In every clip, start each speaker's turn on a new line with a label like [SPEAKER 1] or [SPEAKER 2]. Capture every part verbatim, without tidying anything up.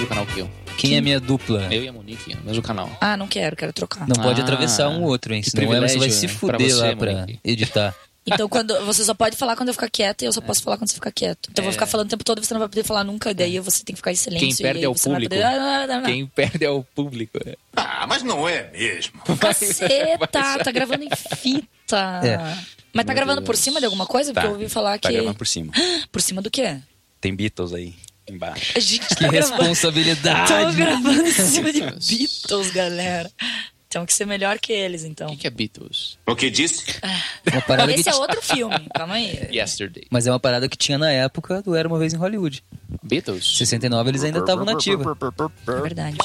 [SPEAKER 1] canal que eu.
[SPEAKER 2] Quem é minha dupla?
[SPEAKER 1] Eu e a Monique, mesmo canal.
[SPEAKER 3] Ah, não quero, quero trocar.
[SPEAKER 2] Não pode
[SPEAKER 1] Ah,
[SPEAKER 2] atravessar um outro, hein?
[SPEAKER 1] que
[SPEAKER 2] Senão ela vai
[SPEAKER 1] privilégio,
[SPEAKER 2] se
[SPEAKER 1] né?
[SPEAKER 2] fuder
[SPEAKER 1] Pra você,
[SPEAKER 2] lá pra
[SPEAKER 1] Monique.
[SPEAKER 2] editar.
[SPEAKER 3] Então, quando você só pode falar quando eu ficar quieta e eu só posso falar quando você ficar quieto. Então, eu vou ficar falando o tempo todo e você não vai poder falar nunca. Daí você tem que ficar em silêncio.
[SPEAKER 1] Quem perde
[SPEAKER 3] e aí
[SPEAKER 1] é o
[SPEAKER 3] você não vai
[SPEAKER 1] público.
[SPEAKER 3] poder- Ah, não, não, não.
[SPEAKER 1] Quem perde é o público. É.
[SPEAKER 4] Ah, mas não é mesmo.
[SPEAKER 3] Caceta, tá gravando em fita.
[SPEAKER 2] É.
[SPEAKER 3] Mas tá
[SPEAKER 1] Meu
[SPEAKER 3] gravando
[SPEAKER 1] Deus.
[SPEAKER 3] por cima de alguma coisa? Porque
[SPEAKER 5] Tá,
[SPEAKER 3] eu ouvi falar
[SPEAKER 5] Tá
[SPEAKER 3] que...
[SPEAKER 5] gravando por cima.
[SPEAKER 3] Por cima do quê?
[SPEAKER 5] Tem Beatles aí embaixo.
[SPEAKER 3] A gente
[SPEAKER 2] Que
[SPEAKER 3] tá gravando...
[SPEAKER 2] responsabilidade.
[SPEAKER 3] Tô gravando em cima de
[SPEAKER 1] Deus.
[SPEAKER 3] Beatles, galera. Temos que ser melhor que eles, então.
[SPEAKER 1] O que, que é Beatles?
[SPEAKER 4] O que disse?
[SPEAKER 2] Uma parada
[SPEAKER 3] Esse
[SPEAKER 2] que
[SPEAKER 3] é
[SPEAKER 2] t-
[SPEAKER 3] outro filme, calma aí.
[SPEAKER 1] Yesterday.
[SPEAKER 2] Mas é uma parada que tinha na época do Era Uma Vez em Hollywood.
[SPEAKER 1] Beatles?
[SPEAKER 2] sessenta e nove eles ainda estavam na ativa.
[SPEAKER 3] É verdade.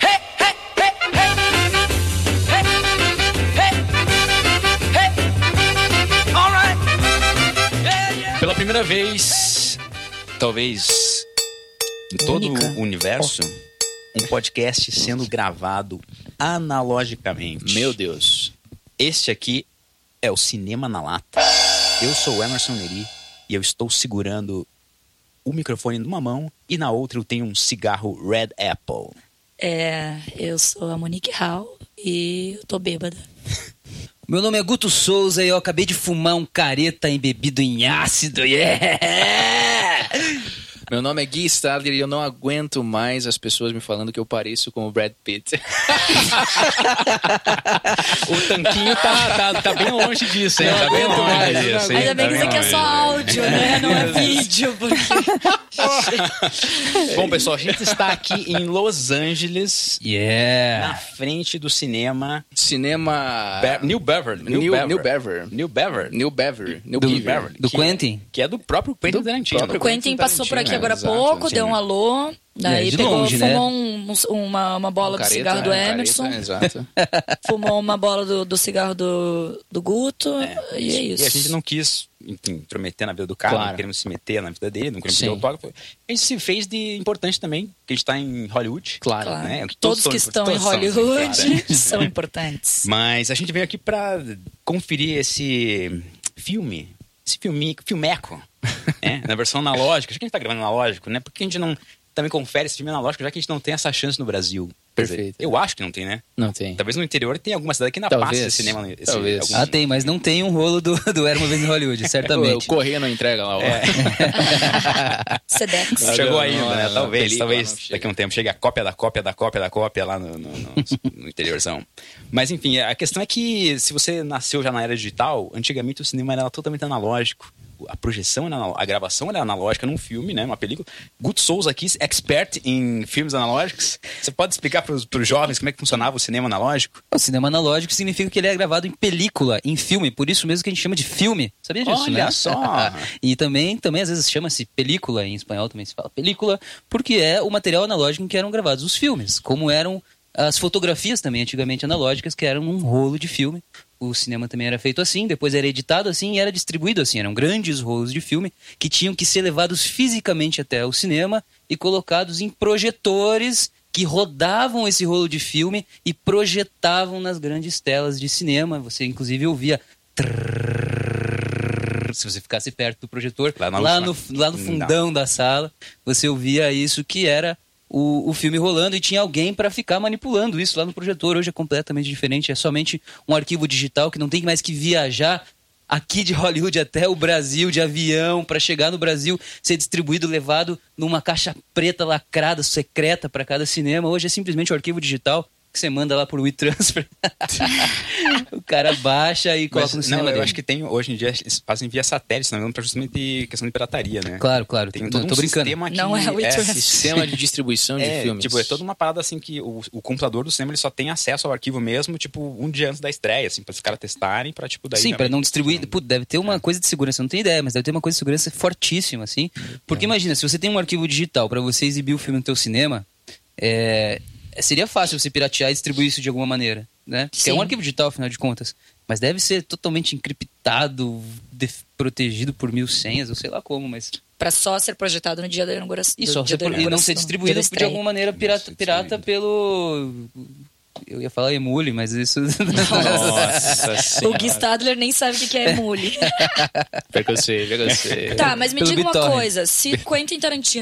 [SPEAKER 5] Pela primeira vez, talvez em todo
[SPEAKER 3] Única.
[SPEAKER 5] o universo, um podcast sendo gravado analogicamente.
[SPEAKER 1] Meu Deus.
[SPEAKER 5] Este aqui é o Cinema na Lata. Eu sou o Emerson Neri e eu estou segurando o microfone numa mão e na outra eu tenho um cigarro Red Apple.
[SPEAKER 3] É, eu sou a Monique Hall e eu tô bêbada.
[SPEAKER 2] Meu nome é Guto Souza e eu acabei de fumar um careta embebido em ácido. Yeah!
[SPEAKER 1] Meu nome é Gui Stadler e eu não aguento mais as pessoas me falando que eu pareço com o Brad Pitt.
[SPEAKER 5] O tanquinho tá, tá, tá bem longe disso, hein?
[SPEAKER 1] Não
[SPEAKER 5] Tá bem
[SPEAKER 1] aguento
[SPEAKER 5] longe
[SPEAKER 1] mais,
[SPEAKER 5] disso,
[SPEAKER 1] não
[SPEAKER 5] hein?
[SPEAKER 3] Ainda bem que
[SPEAKER 5] Tá
[SPEAKER 3] isso aqui é
[SPEAKER 5] bem
[SPEAKER 3] só
[SPEAKER 5] longe.
[SPEAKER 3] áudio, né? Não é vídeo, porque...
[SPEAKER 5] Bom, pessoal, a gente está aqui em Los Angeles, na
[SPEAKER 2] Yeah!
[SPEAKER 5] frente do cinema
[SPEAKER 1] Cinema...
[SPEAKER 5] Be- New Beverly.
[SPEAKER 1] New, New Bever.
[SPEAKER 5] New Beverly.
[SPEAKER 1] New Bever. New
[SPEAKER 2] Do,
[SPEAKER 1] Bever.
[SPEAKER 2] do
[SPEAKER 5] que
[SPEAKER 2] Quentin?
[SPEAKER 5] Que é do próprio Quentin
[SPEAKER 1] Do
[SPEAKER 5] Tarantino.
[SPEAKER 1] próprio
[SPEAKER 3] O Quentin passou por aqui agora há
[SPEAKER 1] Exato,
[SPEAKER 3] pouco,
[SPEAKER 5] sim.
[SPEAKER 3] deu um alô, daí
[SPEAKER 2] É, de
[SPEAKER 3] pegou,
[SPEAKER 2] longe, né?
[SPEAKER 3] fumou um- um- uma, uma bola
[SPEAKER 1] Um
[SPEAKER 3] do
[SPEAKER 1] careta,
[SPEAKER 3] cigarro do
[SPEAKER 1] né? Um
[SPEAKER 3] Emerson,
[SPEAKER 1] careta, exato.
[SPEAKER 3] fumou uma bola do, do cigarro do, do Guto, e é isso.
[SPEAKER 5] E a gente não quis, enfim, intrometer na vida do cara,
[SPEAKER 1] Claro.
[SPEAKER 5] não queremos se meter na vida dele, não queremos
[SPEAKER 1] Sim.
[SPEAKER 5] pedir autógrafo. A gente se fez de importante também, que a gente tá em Hollywood.
[SPEAKER 1] Claro.
[SPEAKER 3] Claro.
[SPEAKER 5] né?
[SPEAKER 3] Todos,
[SPEAKER 5] Todos
[SPEAKER 3] que
[SPEAKER 5] são-
[SPEAKER 3] estão
[SPEAKER 5] todos
[SPEAKER 3] em
[SPEAKER 5] são,
[SPEAKER 3] Hollywood
[SPEAKER 5] claro.
[SPEAKER 3] são importantes.
[SPEAKER 5] Mas a gente veio aqui pra conferir esse filme, esse filme, filmeco, né? Na versão analógica. Já que a gente tá gravando analógico, né? Porque a gente não também confere esse filme analógico, já que a gente não tem essa chance no Brasil. Quer dizer,
[SPEAKER 1] Perfeito.
[SPEAKER 5] eu acho que não tem, né?
[SPEAKER 1] Não tem.
[SPEAKER 5] Talvez no interior tenha alguma cidade que ainda
[SPEAKER 1] Talvez.
[SPEAKER 5] passe esse cinema. Esse,
[SPEAKER 1] Talvez.
[SPEAKER 5] algum-
[SPEAKER 2] Ah, tem, mas não tem um rolo do, do Era Uma Vez em Hollywood,
[SPEAKER 1] O, o
[SPEAKER 2] certamente.
[SPEAKER 1] Correio não entrega lá. ó.
[SPEAKER 3] Sedex.
[SPEAKER 5] Não chegou
[SPEAKER 1] Não,
[SPEAKER 5] ainda,
[SPEAKER 1] não,
[SPEAKER 5] né?
[SPEAKER 1] não,
[SPEAKER 5] Talvez,
[SPEAKER 1] película
[SPEAKER 5] talvez
[SPEAKER 1] não chega.
[SPEAKER 5] daqui a um tempo chegue a cópia da cópia da cópia da cópia lá no, no, no, no interiorzão. Mas enfim, a questão é que se você nasceu já na era digital, antigamente o cinema era totalmente analógico. A projeção era analógica, a gravação era analógica num filme, né? Uma película. Guto Souza aqui, expert em filmes analógicos. Você pode explicar para os jovens como é que funcionava o cinema analógico?
[SPEAKER 2] O cinema analógico significa que ele é gravado em película, em filme, por isso mesmo que a gente chama de filme. Sabia disso,
[SPEAKER 5] Olha
[SPEAKER 2] né?
[SPEAKER 5] só!
[SPEAKER 2] E também, também às vezes chama-se película, em espanhol também se fala película, porque é o material analógico em que eram gravados os filmes, como eram as fotografias também antigamente analógicas, que eram um rolo de filme. O cinema também era feito assim, depois era editado assim e era distribuído assim. Eram grandes rolos de filme que tinham que ser levados fisicamente até o cinema e colocados em projetores que rodavam esse rolo de filme e projetavam nas grandes telas de cinema. Você inclusive ouvia... trrr, se você ficasse perto do projetor,
[SPEAKER 5] Lá
[SPEAKER 2] lá,
[SPEAKER 5] na
[SPEAKER 2] no,
[SPEAKER 5] última-
[SPEAKER 2] lá no
[SPEAKER 5] Não.
[SPEAKER 2] fundão da sala, você ouvia isso que era o, o filme rolando e tinha alguém para ficar manipulando isso lá no projetor. Hoje é completamente diferente, é somente um arquivo digital que não tem mais que viajar aqui de Hollywood até o Brasil, de avião, para chegar no Brasil, ser distribuído, levado numa caixa preta lacrada, secreta para cada cinema. Hoje é simplesmente um arquivo digital que você manda lá por WeTransfer. O cara baixa e coloca
[SPEAKER 5] Mas,
[SPEAKER 2] no
[SPEAKER 5] não,
[SPEAKER 2] cinema
[SPEAKER 5] eu
[SPEAKER 2] dele.
[SPEAKER 5] acho que tem, hoje em dia eles fazem via satélite, se não me engano, pra justamente questão de pirataria, né?
[SPEAKER 2] Claro, claro,
[SPEAKER 5] Tem
[SPEAKER 2] tô,
[SPEAKER 5] todo um
[SPEAKER 2] tô brincando.
[SPEAKER 5] sistema que
[SPEAKER 3] Não é o WeTransfer.
[SPEAKER 1] Sistema de distribuição de
[SPEAKER 5] É,
[SPEAKER 1] filmes.
[SPEAKER 5] tipo, é toda uma parada assim que o, o computador do cinema ele só tem acesso ao arquivo mesmo, tipo, um dia antes da estreia, assim, para os caras testarem, pra, tipo, daí...
[SPEAKER 2] Sim, para não distribuir.
[SPEAKER 5] Não-
[SPEAKER 2] Pô, deve ter uma coisa de segurança, eu não tenho ideia, mas deve ter uma coisa de segurança fortíssima, assim. Porque imagina, se você tem um arquivo digital para você exibir o filme no teu cinema, é, seria fácil você piratear e distribuir isso de alguma maneira, né? Porque é um
[SPEAKER 3] Sim.
[SPEAKER 2] arquivo digital, afinal de contas. Mas deve ser totalmente encriptado, def- protegido por mil senhas, eu sei lá como, mas...
[SPEAKER 3] Pra só ser projetado no dia da inauguração.
[SPEAKER 2] E,
[SPEAKER 3] do
[SPEAKER 2] só
[SPEAKER 3] dia
[SPEAKER 2] ser
[SPEAKER 3] da
[SPEAKER 2] por- e não
[SPEAKER 3] inauguração,
[SPEAKER 2] ser
[SPEAKER 3] dia
[SPEAKER 2] distribuído
[SPEAKER 3] da
[SPEAKER 2] de
[SPEAKER 3] estreia.
[SPEAKER 2] alguma maneira pirata,
[SPEAKER 5] Não ser
[SPEAKER 2] pirata pelo... Eu ia falar emule, mas isso...
[SPEAKER 1] Nossa
[SPEAKER 3] O Gui Stadler nem sabe o que que é emule.
[SPEAKER 1] Preconceito, preconceito.
[SPEAKER 3] Tá, mas me
[SPEAKER 2] Pelo
[SPEAKER 3] diga uma
[SPEAKER 2] BitTorrent.
[SPEAKER 3] coisa. Se Quentin Tarantino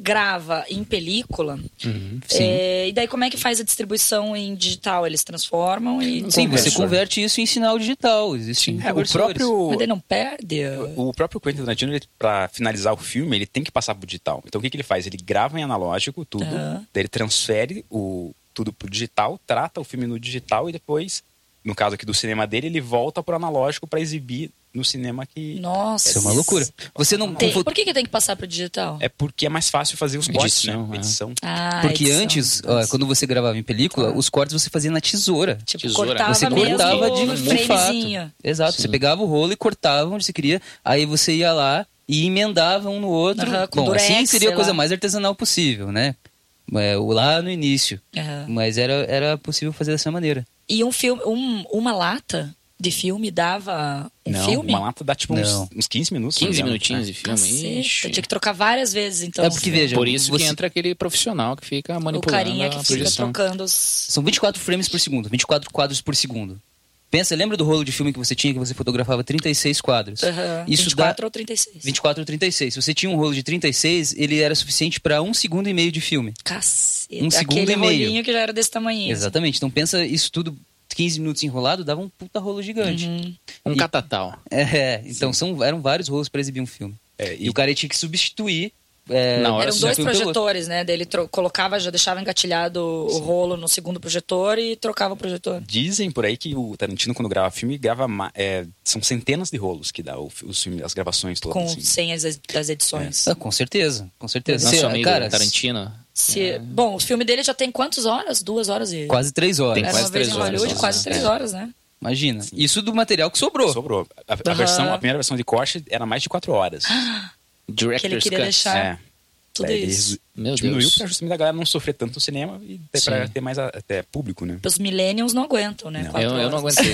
[SPEAKER 3] grava em película,
[SPEAKER 2] Sim.
[SPEAKER 3] é, e daí como é que faz a distribuição em digital? Eles transformam e...
[SPEAKER 2] Sim, você
[SPEAKER 5] Conversor.
[SPEAKER 2] converte isso em sinal digital. Existem
[SPEAKER 5] É, o
[SPEAKER 2] conversores.
[SPEAKER 5] próprio...
[SPEAKER 3] Mas daí não perde?
[SPEAKER 5] O próprio Quentin Tarantino, ele, pra finalizar o filme, ele tem que passar pro digital. Então, o que, que ele faz? Ele grava em analógico tudo,
[SPEAKER 3] Aham.
[SPEAKER 5] daí ele transfere o, tudo pro digital, trata o filme no digital e depois, no caso aqui do cinema dele, ele volta pro analógico pra exibir no cinema que...
[SPEAKER 3] Nossa.
[SPEAKER 2] Isso é uma loucura. Você não...
[SPEAKER 3] Tem-
[SPEAKER 2] confo-
[SPEAKER 3] Por que, que tem que passar pro digital?
[SPEAKER 5] É porque é mais fácil fazer os cortes,
[SPEAKER 1] Edição,
[SPEAKER 5] né?
[SPEAKER 1] é.
[SPEAKER 5] Edição.
[SPEAKER 3] Ah,
[SPEAKER 2] Porque
[SPEAKER 3] edição.
[SPEAKER 2] antes, ó, quando você gravava em película, os cortes você fazia na tesoura.
[SPEAKER 3] Tipo,
[SPEAKER 1] Tesoura.
[SPEAKER 3] cortava
[SPEAKER 2] Você
[SPEAKER 3] mesmo
[SPEAKER 2] cortava de,
[SPEAKER 3] no
[SPEAKER 2] de fato.
[SPEAKER 3] framezinho.
[SPEAKER 2] Exato. Você pegava o rolo e cortava onde você queria. Aí você ia lá e emendava um no outro.
[SPEAKER 3] Aham, com
[SPEAKER 2] Bom,
[SPEAKER 3] durex,
[SPEAKER 2] assim seria a
[SPEAKER 3] sei
[SPEAKER 2] coisa
[SPEAKER 3] lá.
[SPEAKER 2] mais artesanal possível, né? É, o lá no início.
[SPEAKER 3] Aham.
[SPEAKER 2] Mas era, era possível fazer dessa maneira.
[SPEAKER 3] E um filme, um, uma lata de filme dava um
[SPEAKER 5] Não,
[SPEAKER 3] filme?
[SPEAKER 5] uma lata dá tipo uns,
[SPEAKER 2] Não.
[SPEAKER 5] uns quinze minutos.
[SPEAKER 1] quinze
[SPEAKER 5] não me engano.
[SPEAKER 1] minutinhos de filme.
[SPEAKER 3] Caceta,
[SPEAKER 1] Ixi.
[SPEAKER 3] tinha que trocar várias vezes, então.
[SPEAKER 2] É porque, veja,
[SPEAKER 1] Por isso
[SPEAKER 2] você-
[SPEAKER 1] que entra aquele profissional que fica
[SPEAKER 3] o
[SPEAKER 1] manipulando
[SPEAKER 3] carinha
[SPEAKER 1] a
[SPEAKER 3] que fica
[SPEAKER 1] projeção.
[SPEAKER 3] trocando os...
[SPEAKER 2] São vinte e quatro frames por segundo, vinte e quatro quadros por segundo. Pensa, lembra do rolo de filme que você tinha, que você fotografava trinta e seis quadros?
[SPEAKER 3] Aham,
[SPEAKER 2] Isso
[SPEAKER 3] vinte e quatro
[SPEAKER 2] dá
[SPEAKER 3] ou trinta e seis.
[SPEAKER 2] vinte e quatro ou trinta e seis. Se você tinha um rolo de trinta e seis, ele era suficiente para um segundo e meio de filme.
[SPEAKER 3] Caceta.
[SPEAKER 2] Um segundo
[SPEAKER 3] Aquele
[SPEAKER 2] e meio.
[SPEAKER 3] rolinho que já era desse tamanho.
[SPEAKER 2] Exatamente. Então pensa isso tudo, quinze minutos enrolado, dava um puta rolo gigante.
[SPEAKER 3] Uhum.
[SPEAKER 1] Um
[SPEAKER 2] E-
[SPEAKER 1] catatal.
[SPEAKER 2] É, então são, eram vários rolos para exibir um filme.
[SPEAKER 5] É,
[SPEAKER 2] E,
[SPEAKER 5] e-
[SPEAKER 2] o cara tinha que substituir. É,
[SPEAKER 1] Na hora
[SPEAKER 3] Eram
[SPEAKER 1] sim.
[SPEAKER 3] dois
[SPEAKER 2] filme pelo-
[SPEAKER 3] projetores, né? Daí ele tro- colocava, já deixava engatilhado o rolo no segundo projetor e trocava o projetor.
[SPEAKER 5] Dizem por aí que o Tarantino, quando grava filme, grava ma- é, são centenas de rolos que dá o, os filmes, as gravações todas.
[SPEAKER 3] Com
[SPEAKER 5] assim.
[SPEAKER 3] senhas das edições.
[SPEAKER 2] Ah, com certeza, com certeza.
[SPEAKER 1] Nosso
[SPEAKER 2] Se-
[SPEAKER 1] amigo
[SPEAKER 2] cara,
[SPEAKER 1] Tarantino.
[SPEAKER 3] Se- Bom, o filme dele já tem quantas horas? Duas horas e...
[SPEAKER 2] quase três horas.
[SPEAKER 1] Tem
[SPEAKER 3] Era
[SPEAKER 1] quase
[SPEAKER 3] uma vez
[SPEAKER 1] três
[SPEAKER 3] em
[SPEAKER 1] horas,
[SPEAKER 3] Hollywood,
[SPEAKER 1] né?
[SPEAKER 3] quase três
[SPEAKER 1] É.
[SPEAKER 3] horas, né?
[SPEAKER 2] Imagina. Isso do material que sobrou.
[SPEAKER 5] Sobrou. A, a
[SPEAKER 3] Aham.
[SPEAKER 5] versão, a primeira versão de corte era mais de quatro horas.
[SPEAKER 3] Que ele
[SPEAKER 1] Director's
[SPEAKER 3] queria
[SPEAKER 1] Cut.
[SPEAKER 3] deixar
[SPEAKER 5] É.
[SPEAKER 3] tudo
[SPEAKER 5] Daí ele
[SPEAKER 3] isso.
[SPEAKER 1] Meu
[SPEAKER 5] diminuiu
[SPEAKER 1] Deus.
[SPEAKER 5] pra justamente a galera não sofrer tanto no cinema e até pra
[SPEAKER 1] Sim.
[SPEAKER 5] ter mais a- até público, né?
[SPEAKER 3] Os millennials não aguentam, né?
[SPEAKER 5] Não.
[SPEAKER 3] Quatro
[SPEAKER 1] Eu, eu não
[SPEAKER 3] horas.
[SPEAKER 1] aguentei.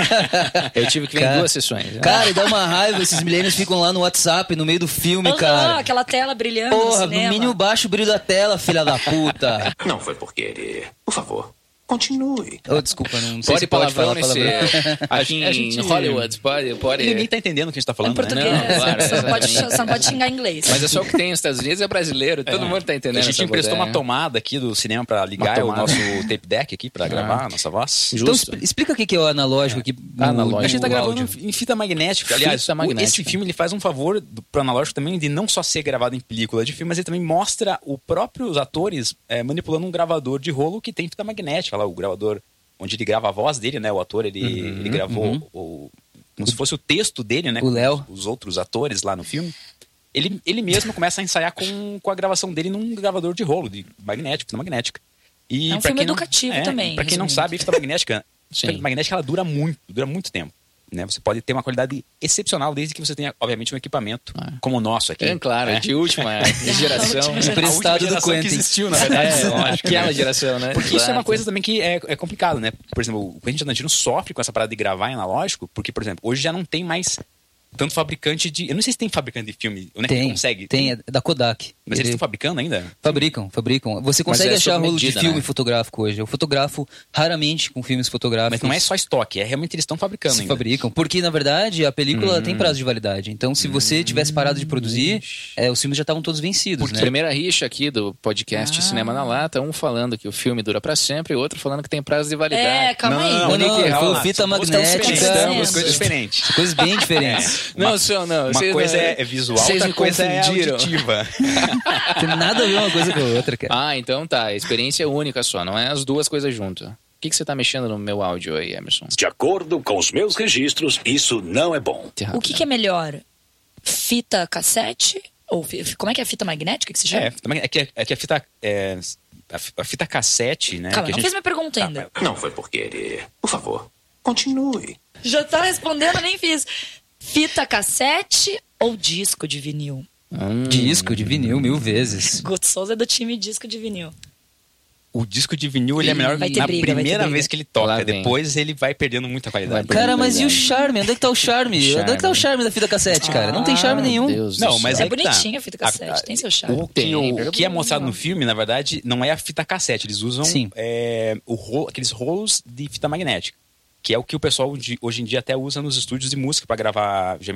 [SPEAKER 1] eu tive que ver em
[SPEAKER 2] Cara-
[SPEAKER 1] duas sessões.
[SPEAKER 2] Cara, e dá uma raiva, esses milênios ficam lá no WhatsApp, no meio do filme,
[SPEAKER 3] Aham,
[SPEAKER 2] cara.
[SPEAKER 3] aquela tela brilhando no
[SPEAKER 2] Porra, no
[SPEAKER 3] cinema.
[SPEAKER 2] mínimo baixa o brilho da tela, filha da puta.
[SPEAKER 4] Não foi por querer. Por favor, continue.
[SPEAKER 2] Oh, desculpa, não sei
[SPEAKER 1] Pode
[SPEAKER 2] se pode
[SPEAKER 1] palavrão
[SPEAKER 2] falar
[SPEAKER 1] nesse...
[SPEAKER 2] palavrão.
[SPEAKER 1] Aqui
[SPEAKER 5] A gente-
[SPEAKER 1] em Hollywood, pode... pode...
[SPEAKER 5] Ninguém tá entendendo o que a gente tá
[SPEAKER 3] Em
[SPEAKER 5] falando,
[SPEAKER 3] português,
[SPEAKER 5] né?
[SPEAKER 1] Não, claro,
[SPEAKER 3] você, não pode,
[SPEAKER 1] exatamente.
[SPEAKER 3] você não pode xingar em inglês.
[SPEAKER 1] Mas é só o que tem nos Estados Unidos, é brasileiro. Todo mundo tá entendendo
[SPEAKER 5] A gente
[SPEAKER 1] essa
[SPEAKER 5] emprestou
[SPEAKER 1] ideia.
[SPEAKER 5] uma tomada aqui do cinema pra ligar
[SPEAKER 1] Uma
[SPEAKER 5] o
[SPEAKER 1] tomada.
[SPEAKER 5] nosso tape deck aqui pra gravar a nossa voz.
[SPEAKER 2] Então
[SPEAKER 1] Justo.
[SPEAKER 2] expl- explica o que que é o analógico aqui. no-
[SPEAKER 1] Analógico.
[SPEAKER 5] A gente tá
[SPEAKER 2] no
[SPEAKER 5] gravando
[SPEAKER 2] áudio.
[SPEAKER 5] em fita magnética. Aliás,
[SPEAKER 1] Fita
[SPEAKER 5] o-
[SPEAKER 1] magnética.
[SPEAKER 5] esse filme ele faz um favor do, pro analógico também de não só ser gravado em película de filme, mas ele também mostra o próprios atores é, manipulando um gravador de rolo que tem fita magnética. Lá, o gravador onde ele grava a voz dele, né? O ator, ele, ele gravou
[SPEAKER 2] uhum.
[SPEAKER 5] o, como se fosse o texto dele, né?
[SPEAKER 2] O
[SPEAKER 5] com
[SPEAKER 2] Léo.
[SPEAKER 5] Os, os outros atores lá no filme. Ele, ele mesmo começa a ensaiar com, com a gravação dele num gravador de rolo, de magnético, fita magnética. E
[SPEAKER 3] É um
[SPEAKER 5] pra
[SPEAKER 3] filme
[SPEAKER 5] quem não-
[SPEAKER 3] educativo
[SPEAKER 5] é,
[SPEAKER 3] também,
[SPEAKER 5] Pra quem não
[SPEAKER 3] resumindo.
[SPEAKER 5] sabe, fita magnética,
[SPEAKER 1] Sim.
[SPEAKER 5] fita magnética ela dura muito, dura muito tempo. Né? Você pode ter uma qualidade excepcional desde que você tenha, obviamente, um equipamento
[SPEAKER 1] Ah.
[SPEAKER 5] como o nosso aqui.
[SPEAKER 1] É claro,
[SPEAKER 5] né?
[SPEAKER 1] de última geração.
[SPEAKER 2] Emprestado do
[SPEAKER 5] geração que
[SPEAKER 2] Quentin.
[SPEAKER 5] existiu, na verdade.
[SPEAKER 1] É,
[SPEAKER 5] lógico,
[SPEAKER 1] aquela
[SPEAKER 5] né?
[SPEAKER 1] geração, né?
[SPEAKER 5] Porque isso é uma
[SPEAKER 1] Exato.
[SPEAKER 5] coisa também que é, é complicado, né? Por exemplo, o Quentin Tarantino sofre com essa parada de gravar em analógico, porque, por exemplo, hoje já não tem mais tanto fabricante de... Eu não sei se tem fabricante de filme, onde é que
[SPEAKER 2] Tem,
[SPEAKER 5] consegue.
[SPEAKER 2] tem, é da Kodak.
[SPEAKER 5] Mas eles
[SPEAKER 2] Ele-
[SPEAKER 5] estão fabricando ainda?
[SPEAKER 2] Fabricam, fabricam. Você
[SPEAKER 1] Mas
[SPEAKER 2] consegue
[SPEAKER 1] é
[SPEAKER 2] achar
[SPEAKER 1] sob
[SPEAKER 2] rolo de
[SPEAKER 1] medida,
[SPEAKER 2] filme
[SPEAKER 1] né?
[SPEAKER 2] fotográfico hoje. Eu fotografo raramente com filmes fotográficos.
[SPEAKER 5] Mas não é só estoque, é realmente eles estão fabricando
[SPEAKER 2] se
[SPEAKER 5] ainda.
[SPEAKER 2] fabricam. Porque, na verdade, a película tem prazo de validade. Então, se você tivesse parado de produzir, é, os filmes já estavam todos vencidos, né?
[SPEAKER 1] Primeira rixa aqui do podcast
[SPEAKER 3] Ah.
[SPEAKER 1] Cinema na Lata, um falando que o filme dura pra sempre e outro falando que tem prazo de validade.
[SPEAKER 3] É, calma aí.
[SPEAKER 2] não,
[SPEAKER 5] Nick
[SPEAKER 2] não,
[SPEAKER 5] Hall,
[SPEAKER 2] foi
[SPEAKER 5] lá,
[SPEAKER 2] fita
[SPEAKER 5] são duas
[SPEAKER 2] magnética.
[SPEAKER 5] coisas diferentes,
[SPEAKER 3] Não,
[SPEAKER 5] duas coisas diferentes.
[SPEAKER 2] São coisas bem diferentes.
[SPEAKER 1] Não, senhor, não.
[SPEAKER 5] Uma
[SPEAKER 1] vocês
[SPEAKER 5] coisa
[SPEAKER 1] não-
[SPEAKER 5] é, é visual,
[SPEAKER 1] vocês
[SPEAKER 5] outra
[SPEAKER 1] me
[SPEAKER 5] coisa é
[SPEAKER 1] confundiram.
[SPEAKER 5] auditiva.
[SPEAKER 2] Tem nada a ver uma coisa com a outra, cara.
[SPEAKER 1] Ah, então tá. A experiência é única só, não é as duas coisas juntas. O que, que você tá mexendo no meu áudio aí, Emerson?
[SPEAKER 6] De acordo com os meus registros, isso não é bom.
[SPEAKER 3] O que, que é melhor? Fita cassete? Ou fi- como é que é a fita magnética que se chama?
[SPEAKER 5] É, também é que, é que a fita. É, a, fi- a fita cassete, né?
[SPEAKER 3] Calma,
[SPEAKER 5] que a
[SPEAKER 3] não
[SPEAKER 5] gente-
[SPEAKER 3] fez minha pergunta
[SPEAKER 5] Tá,
[SPEAKER 3] ainda.
[SPEAKER 4] Não foi por querer. Por favor, continue.
[SPEAKER 3] Já tá respondendo, nem fiz. Fita cassete ou disco de vinil?
[SPEAKER 1] Hum,
[SPEAKER 2] Disco de vinil mil vezes.
[SPEAKER 3] Guto Souza é do time disco de vinil.
[SPEAKER 5] O disco de vinil ele é melhor
[SPEAKER 3] Vai ter
[SPEAKER 5] na
[SPEAKER 3] briga, vai ter
[SPEAKER 5] primeira
[SPEAKER 3] briga.
[SPEAKER 5] vez que ele
[SPEAKER 1] Lá
[SPEAKER 5] toca.
[SPEAKER 1] vem.
[SPEAKER 5] Depois ele vai perdendo muita qualidade.
[SPEAKER 1] Vai
[SPEAKER 2] Cara, mas e o
[SPEAKER 1] Verdade.
[SPEAKER 2] charme? Onde é que tá o charme?
[SPEAKER 1] Charme.
[SPEAKER 2] Onde é que tá o charme da fita cassete, cara? Não tem charme nenhum.
[SPEAKER 1] Deus
[SPEAKER 5] Não,
[SPEAKER 1] do
[SPEAKER 5] mas
[SPEAKER 1] céu.
[SPEAKER 3] É
[SPEAKER 5] aí que tá.
[SPEAKER 3] bonitinha a fita cassete, tem seu charme.
[SPEAKER 5] O que,
[SPEAKER 1] Tem,
[SPEAKER 5] o,
[SPEAKER 1] é
[SPEAKER 5] o que é mostrado no filme, na verdade, não é a fita cassete. Eles usam
[SPEAKER 2] Sim.
[SPEAKER 5] é, o rolo- aqueles rolos de fita magnética. Que é o que o pessoal de- hoje em dia até usa nos estúdios de música para gravar, geralmente,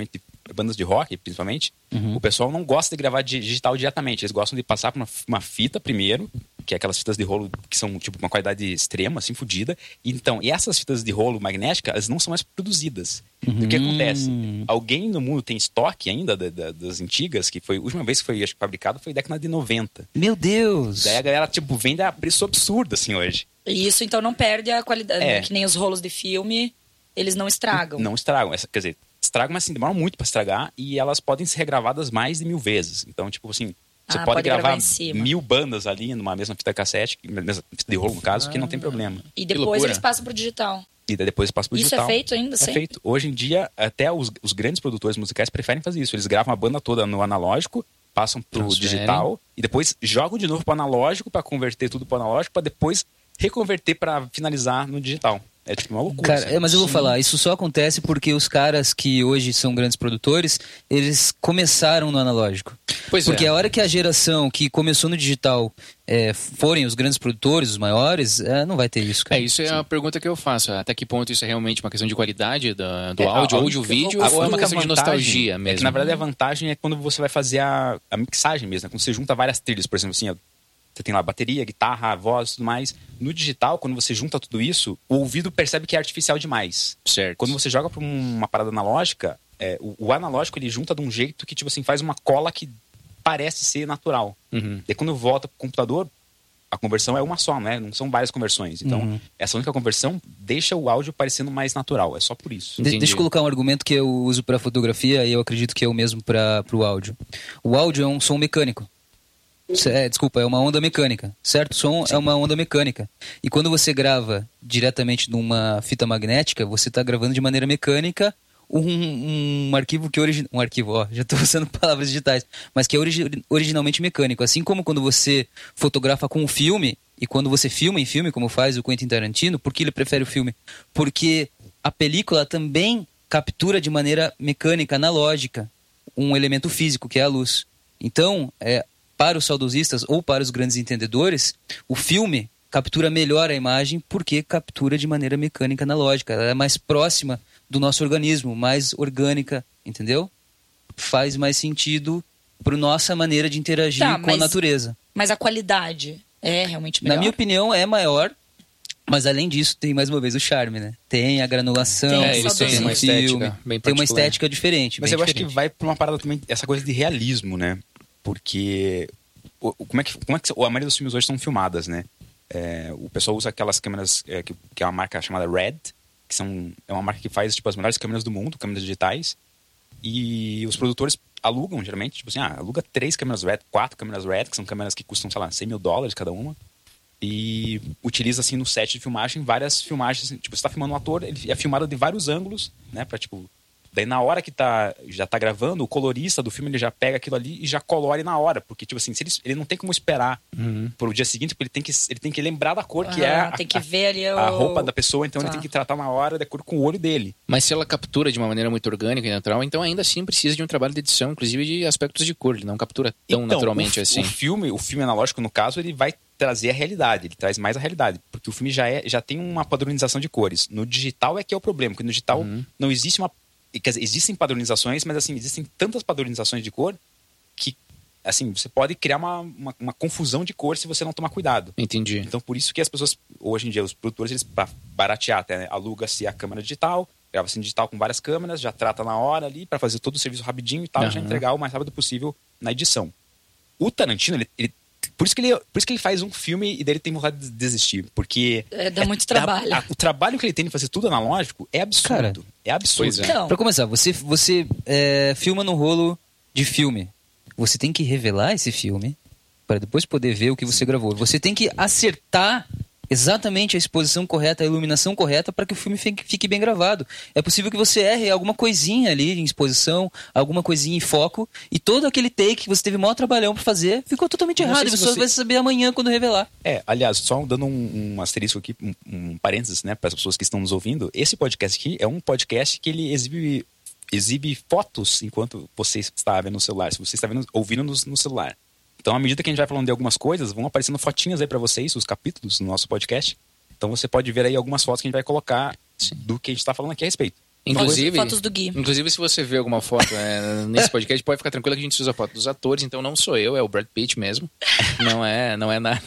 [SPEAKER 5] bandas de rock, principalmente,
[SPEAKER 2] Uhum.
[SPEAKER 5] o pessoal não gosta de gravar digital diretamente. Eles gostam de passar por uma, uma fita primeiro, que é aquelas fitas de rolo que são, tipo, uma qualidade extrema, assim, fodida. Então, e essas fitas de rolo magnética, elas não são mais produzidas.
[SPEAKER 2] Uhum.
[SPEAKER 5] O que acontece? Alguém no mundo tem estoque ainda da, da, das antigas, que foi a última vez que foi, acho que, fabricado foi década de noventa.
[SPEAKER 2] Meu Deus!
[SPEAKER 5] Daí a galera, tipo, vende a preço absurdo, assim, hoje.
[SPEAKER 3] E isso, então, não perde a qualidade.
[SPEAKER 5] É.
[SPEAKER 3] Que nem os rolos de filme, eles não estragam.
[SPEAKER 5] Não estragam. Essa, quer dizer, estragam, mas assim, demoram muito pra estragagar e elas podem ser regravadas mais de mil vezes. Então, tipo assim, você
[SPEAKER 3] Ah,
[SPEAKER 5] pode,
[SPEAKER 3] pode gravar
[SPEAKER 5] gravar
[SPEAKER 3] em cima.
[SPEAKER 5] mil bandas ali numa mesma fita cassete, mesma fita de rolo, no caso, que não tem problema.
[SPEAKER 3] E
[SPEAKER 1] Que
[SPEAKER 3] depois
[SPEAKER 1] loucura.
[SPEAKER 3] eles passam pro digital.
[SPEAKER 5] E daí depois passa pro
[SPEAKER 3] Isso
[SPEAKER 5] digital.
[SPEAKER 3] é feito ainda,
[SPEAKER 5] É
[SPEAKER 3] sempre?
[SPEAKER 5] feito. Hoje em dia, até os, os grandes produtores musicais preferem fazer isso. Eles gravam a banda toda no analógico, passam pro
[SPEAKER 1] Transferem.
[SPEAKER 5] digital e depois jogam de novo pro analógico pra converter tudo pro analógico, pra depois reconverter pra finalizar no digital. É tipo uma loucura.
[SPEAKER 2] Cara,
[SPEAKER 5] sabe?
[SPEAKER 2] é, mas eu vou falar, isso só acontece porque os caras que hoje são grandes produtores, eles começaram no analógico.
[SPEAKER 1] Pois
[SPEAKER 2] Porque
[SPEAKER 1] é.
[SPEAKER 2] a hora que a geração que começou no digital é, forem os grandes produtores, os maiores, é, não vai ter isso, cara.
[SPEAKER 1] É, isso é a pergunta que eu faço. Até que ponto isso é realmente uma questão de qualidade da- do
[SPEAKER 5] É,
[SPEAKER 1] áudio
[SPEAKER 5] a
[SPEAKER 1] ou de
[SPEAKER 5] única-
[SPEAKER 1] vídeo,
[SPEAKER 5] a
[SPEAKER 1] ou é uma
[SPEAKER 5] única
[SPEAKER 1] questão de
[SPEAKER 5] vantagem
[SPEAKER 1] nostalgia
[SPEAKER 5] é que,
[SPEAKER 1] mesmo?
[SPEAKER 5] na verdade, a vantagem é quando você vai fazer a, a mixagem mesmo, né? Quando você junta várias trilhas, por exemplo, assim, ó, você tem lá bateria, guitarra, voz e tudo mais. No digital, quando você junta tudo isso, o ouvido percebe que é artificial demais.
[SPEAKER 1] Certo.
[SPEAKER 5] Quando você joga pra uma parada analógica, é, o, o analógico ele junta de um jeito que, tipo assim, faz uma cola que parece ser natural.
[SPEAKER 1] Uhum.
[SPEAKER 5] E quando volta pro computador, a conversão é uma só, né? Não são várias conversões. Então,
[SPEAKER 2] Uhum.
[SPEAKER 5] essa única conversão deixa o áudio parecendo mais natural. É só por isso.
[SPEAKER 2] De-
[SPEAKER 1] Entendi.
[SPEAKER 2] deixa eu colocar um argumento que eu uso para fotografia e eu acredito que é o mesmo para o áudio. O áudio é um som mecânico. C- É, desculpa, é uma onda mecânica. Certo? O som é uma onda mecânica. E quando você grava diretamente numa fita magnética, você está gravando de maneira mecânica um, um arquivo que origi... um arquivo, ó, já estou usando palavras digitais, mas que é origi... originalmente mecânico. Assim como quando você fotografa com um filme e quando você filma em filme, como faz o Quentin Tarantino, por que ele prefere o filme? Porque a película também captura de maneira mecânica, analógica, um elemento físico, que é a luz. Então, é, para os saudosistas ou para os grandes entendedores, o filme captura melhor a imagem porque captura de maneira mecânica, analógica. Ela é mais próxima do nosso organismo, mais orgânica, entendeu? Faz mais sentido para nossa maneira de interagir
[SPEAKER 3] Tá,
[SPEAKER 2] com a
[SPEAKER 3] mas-
[SPEAKER 2] natureza.
[SPEAKER 3] Mas a qualidade é realmente melhor.
[SPEAKER 2] Na minha opinião, é maior, mas além disso, tem mais uma vez o charme, né? Tem a granulação,
[SPEAKER 3] Tem,
[SPEAKER 1] É, eles têm
[SPEAKER 3] saudosismo.
[SPEAKER 1] uma estética
[SPEAKER 2] filme,
[SPEAKER 1] bem
[SPEAKER 2] tem uma
[SPEAKER 1] particular.
[SPEAKER 2] estética diferente.
[SPEAKER 5] Mas
[SPEAKER 2] bem
[SPEAKER 5] eu acho que
[SPEAKER 2] diferente.
[SPEAKER 5] vai pra uma parada também, essa coisa de realismo, né? Porque o, o- como é que, como é que a maioria dos filmes hoje são filmadas, né? É, o pessoal usa aquelas câmeras é, que, que é uma marca chamada Red, que são, é uma marca que faz tipo, as melhores câmeras do mundo, câmeras digitais. E os produtores alugam, geralmente, tipo assim, ah, aluga três câmeras Red, quatro câmeras Red, que são câmeras que custam, sei lá, cem mil dólares cada uma. E utiliza, assim, no set de filmagem, várias filmagens. Assim, tipo, você tá filmando um ator, ele é filmado de vários ângulos, né? Pra, tipo... Daí, na hora que tá, já tá gravando, o colorista do filme, ele já pega aquilo ali e já colore na hora. Porque, tipo assim, se ele, ele não tem como esperar pro dia seguinte, porque ele tem que, ele tem que lembrar da cor que é
[SPEAKER 3] Ah,
[SPEAKER 5] a,
[SPEAKER 3] tem que
[SPEAKER 5] a-
[SPEAKER 3] ver ali o...
[SPEAKER 5] a roupa da pessoa. Então,
[SPEAKER 3] Tá.
[SPEAKER 5] ele tem que tratar na hora de acordo com o olho dele.
[SPEAKER 1] Mas se ela captura de uma maneira muito orgânica e natural, então ainda assim precisa de um trabalho de edição, inclusive de aspectos de cor. Ele não captura tão
[SPEAKER 5] Então,
[SPEAKER 1] naturalmente
[SPEAKER 5] o,
[SPEAKER 1] assim.
[SPEAKER 5] O filme, o filme analógico, no caso, ele vai trazer a realidade, ele traz mais a realidade, porque o filme já, é, já tem uma padronização de cores. No digital é que é o problema, porque no digital
[SPEAKER 1] Uhum.
[SPEAKER 5] não existe uma... Quer dizer, existem padronizações, mas assim, existem tantas padronizações de cor que, assim, você pode criar uma, uma, uma confusão de cor se você não tomar cuidado.
[SPEAKER 1] Entendi.
[SPEAKER 5] Então, por isso que as pessoas, hoje em dia, os produtores, eles, pra baratear até, né? Aluga-se a câmera digital, grava-se em digital com várias câmeras, já trata na hora ali, para fazer todo o serviço rapidinho e tal,
[SPEAKER 1] Aham.
[SPEAKER 5] já entregar o mais rápido possível na edição. O Tarantino, ele, ele- por, isso que ele, por isso que ele faz um filme e daí ele tem vontade de desistir, porque...
[SPEAKER 3] É, dá muito trabalho.
[SPEAKER 5] a- o trabalho que ele tem de fazer tudo analógico é absurdo.
[SPEAKER 2] Cara,
[SPEAKER 5] é absurdo.
[SPEAKER 1] pois é.
[SPEAKER 3] Então,
[SPEAKER 2] Pra começar, você, você é, filma no rolo de filme. Você tem que revelar esse filme para depois poder ver o que você gravou. Você tem que acertar exatamente a exposição correta, a iluminação correta para que o filme fique, fique bem gravado. É possível que você erre alguma coisinha ali em exposição, alguma coisinha em foco, e todo aquele take que você teve maior trabalhão para fazer ficou totalmente
[SPEAKER 5] Não
[SPEAKER 2] errado.
[SPEAKER 5] sei
[SPEAKER 2] E
[SPEAKER 5] se
[SPEAKER 2] você
[SPEAKER 5] você-
[SPEAKER 2] vai saber amanhã quando revelar.
[SPEAKER 5] É, aliás, só dando um, um asterisco aqui, um, um parênteses, né, para as pessoas que estão nos ouvindo, esse podcast aqui é um podcast que ele exibe, exibe fotos enquanto você está vendo no celular, se você está vendo, ouvindo no, no celular. Então, à medida que a gente vai falando de algumas coisas, vão aparecendo fotinhas aí para vocês, os capítulos no nosso podcast. Então, você pode ver aí algumas fotos que a gente vai colocar do que a gente está falando aqui a respeito.
[SPEAKER 1] Inclusive,
[SPEAKER 3] Fotos do Gui.
[SPEAKER 1] inclusive, se você vver alguma foto é, nesse podcast, pode ficar tranquilo que a gente usa a foto dos atores, então não sou eu, é o Brad Pitt mesmo. Não é, não é nada.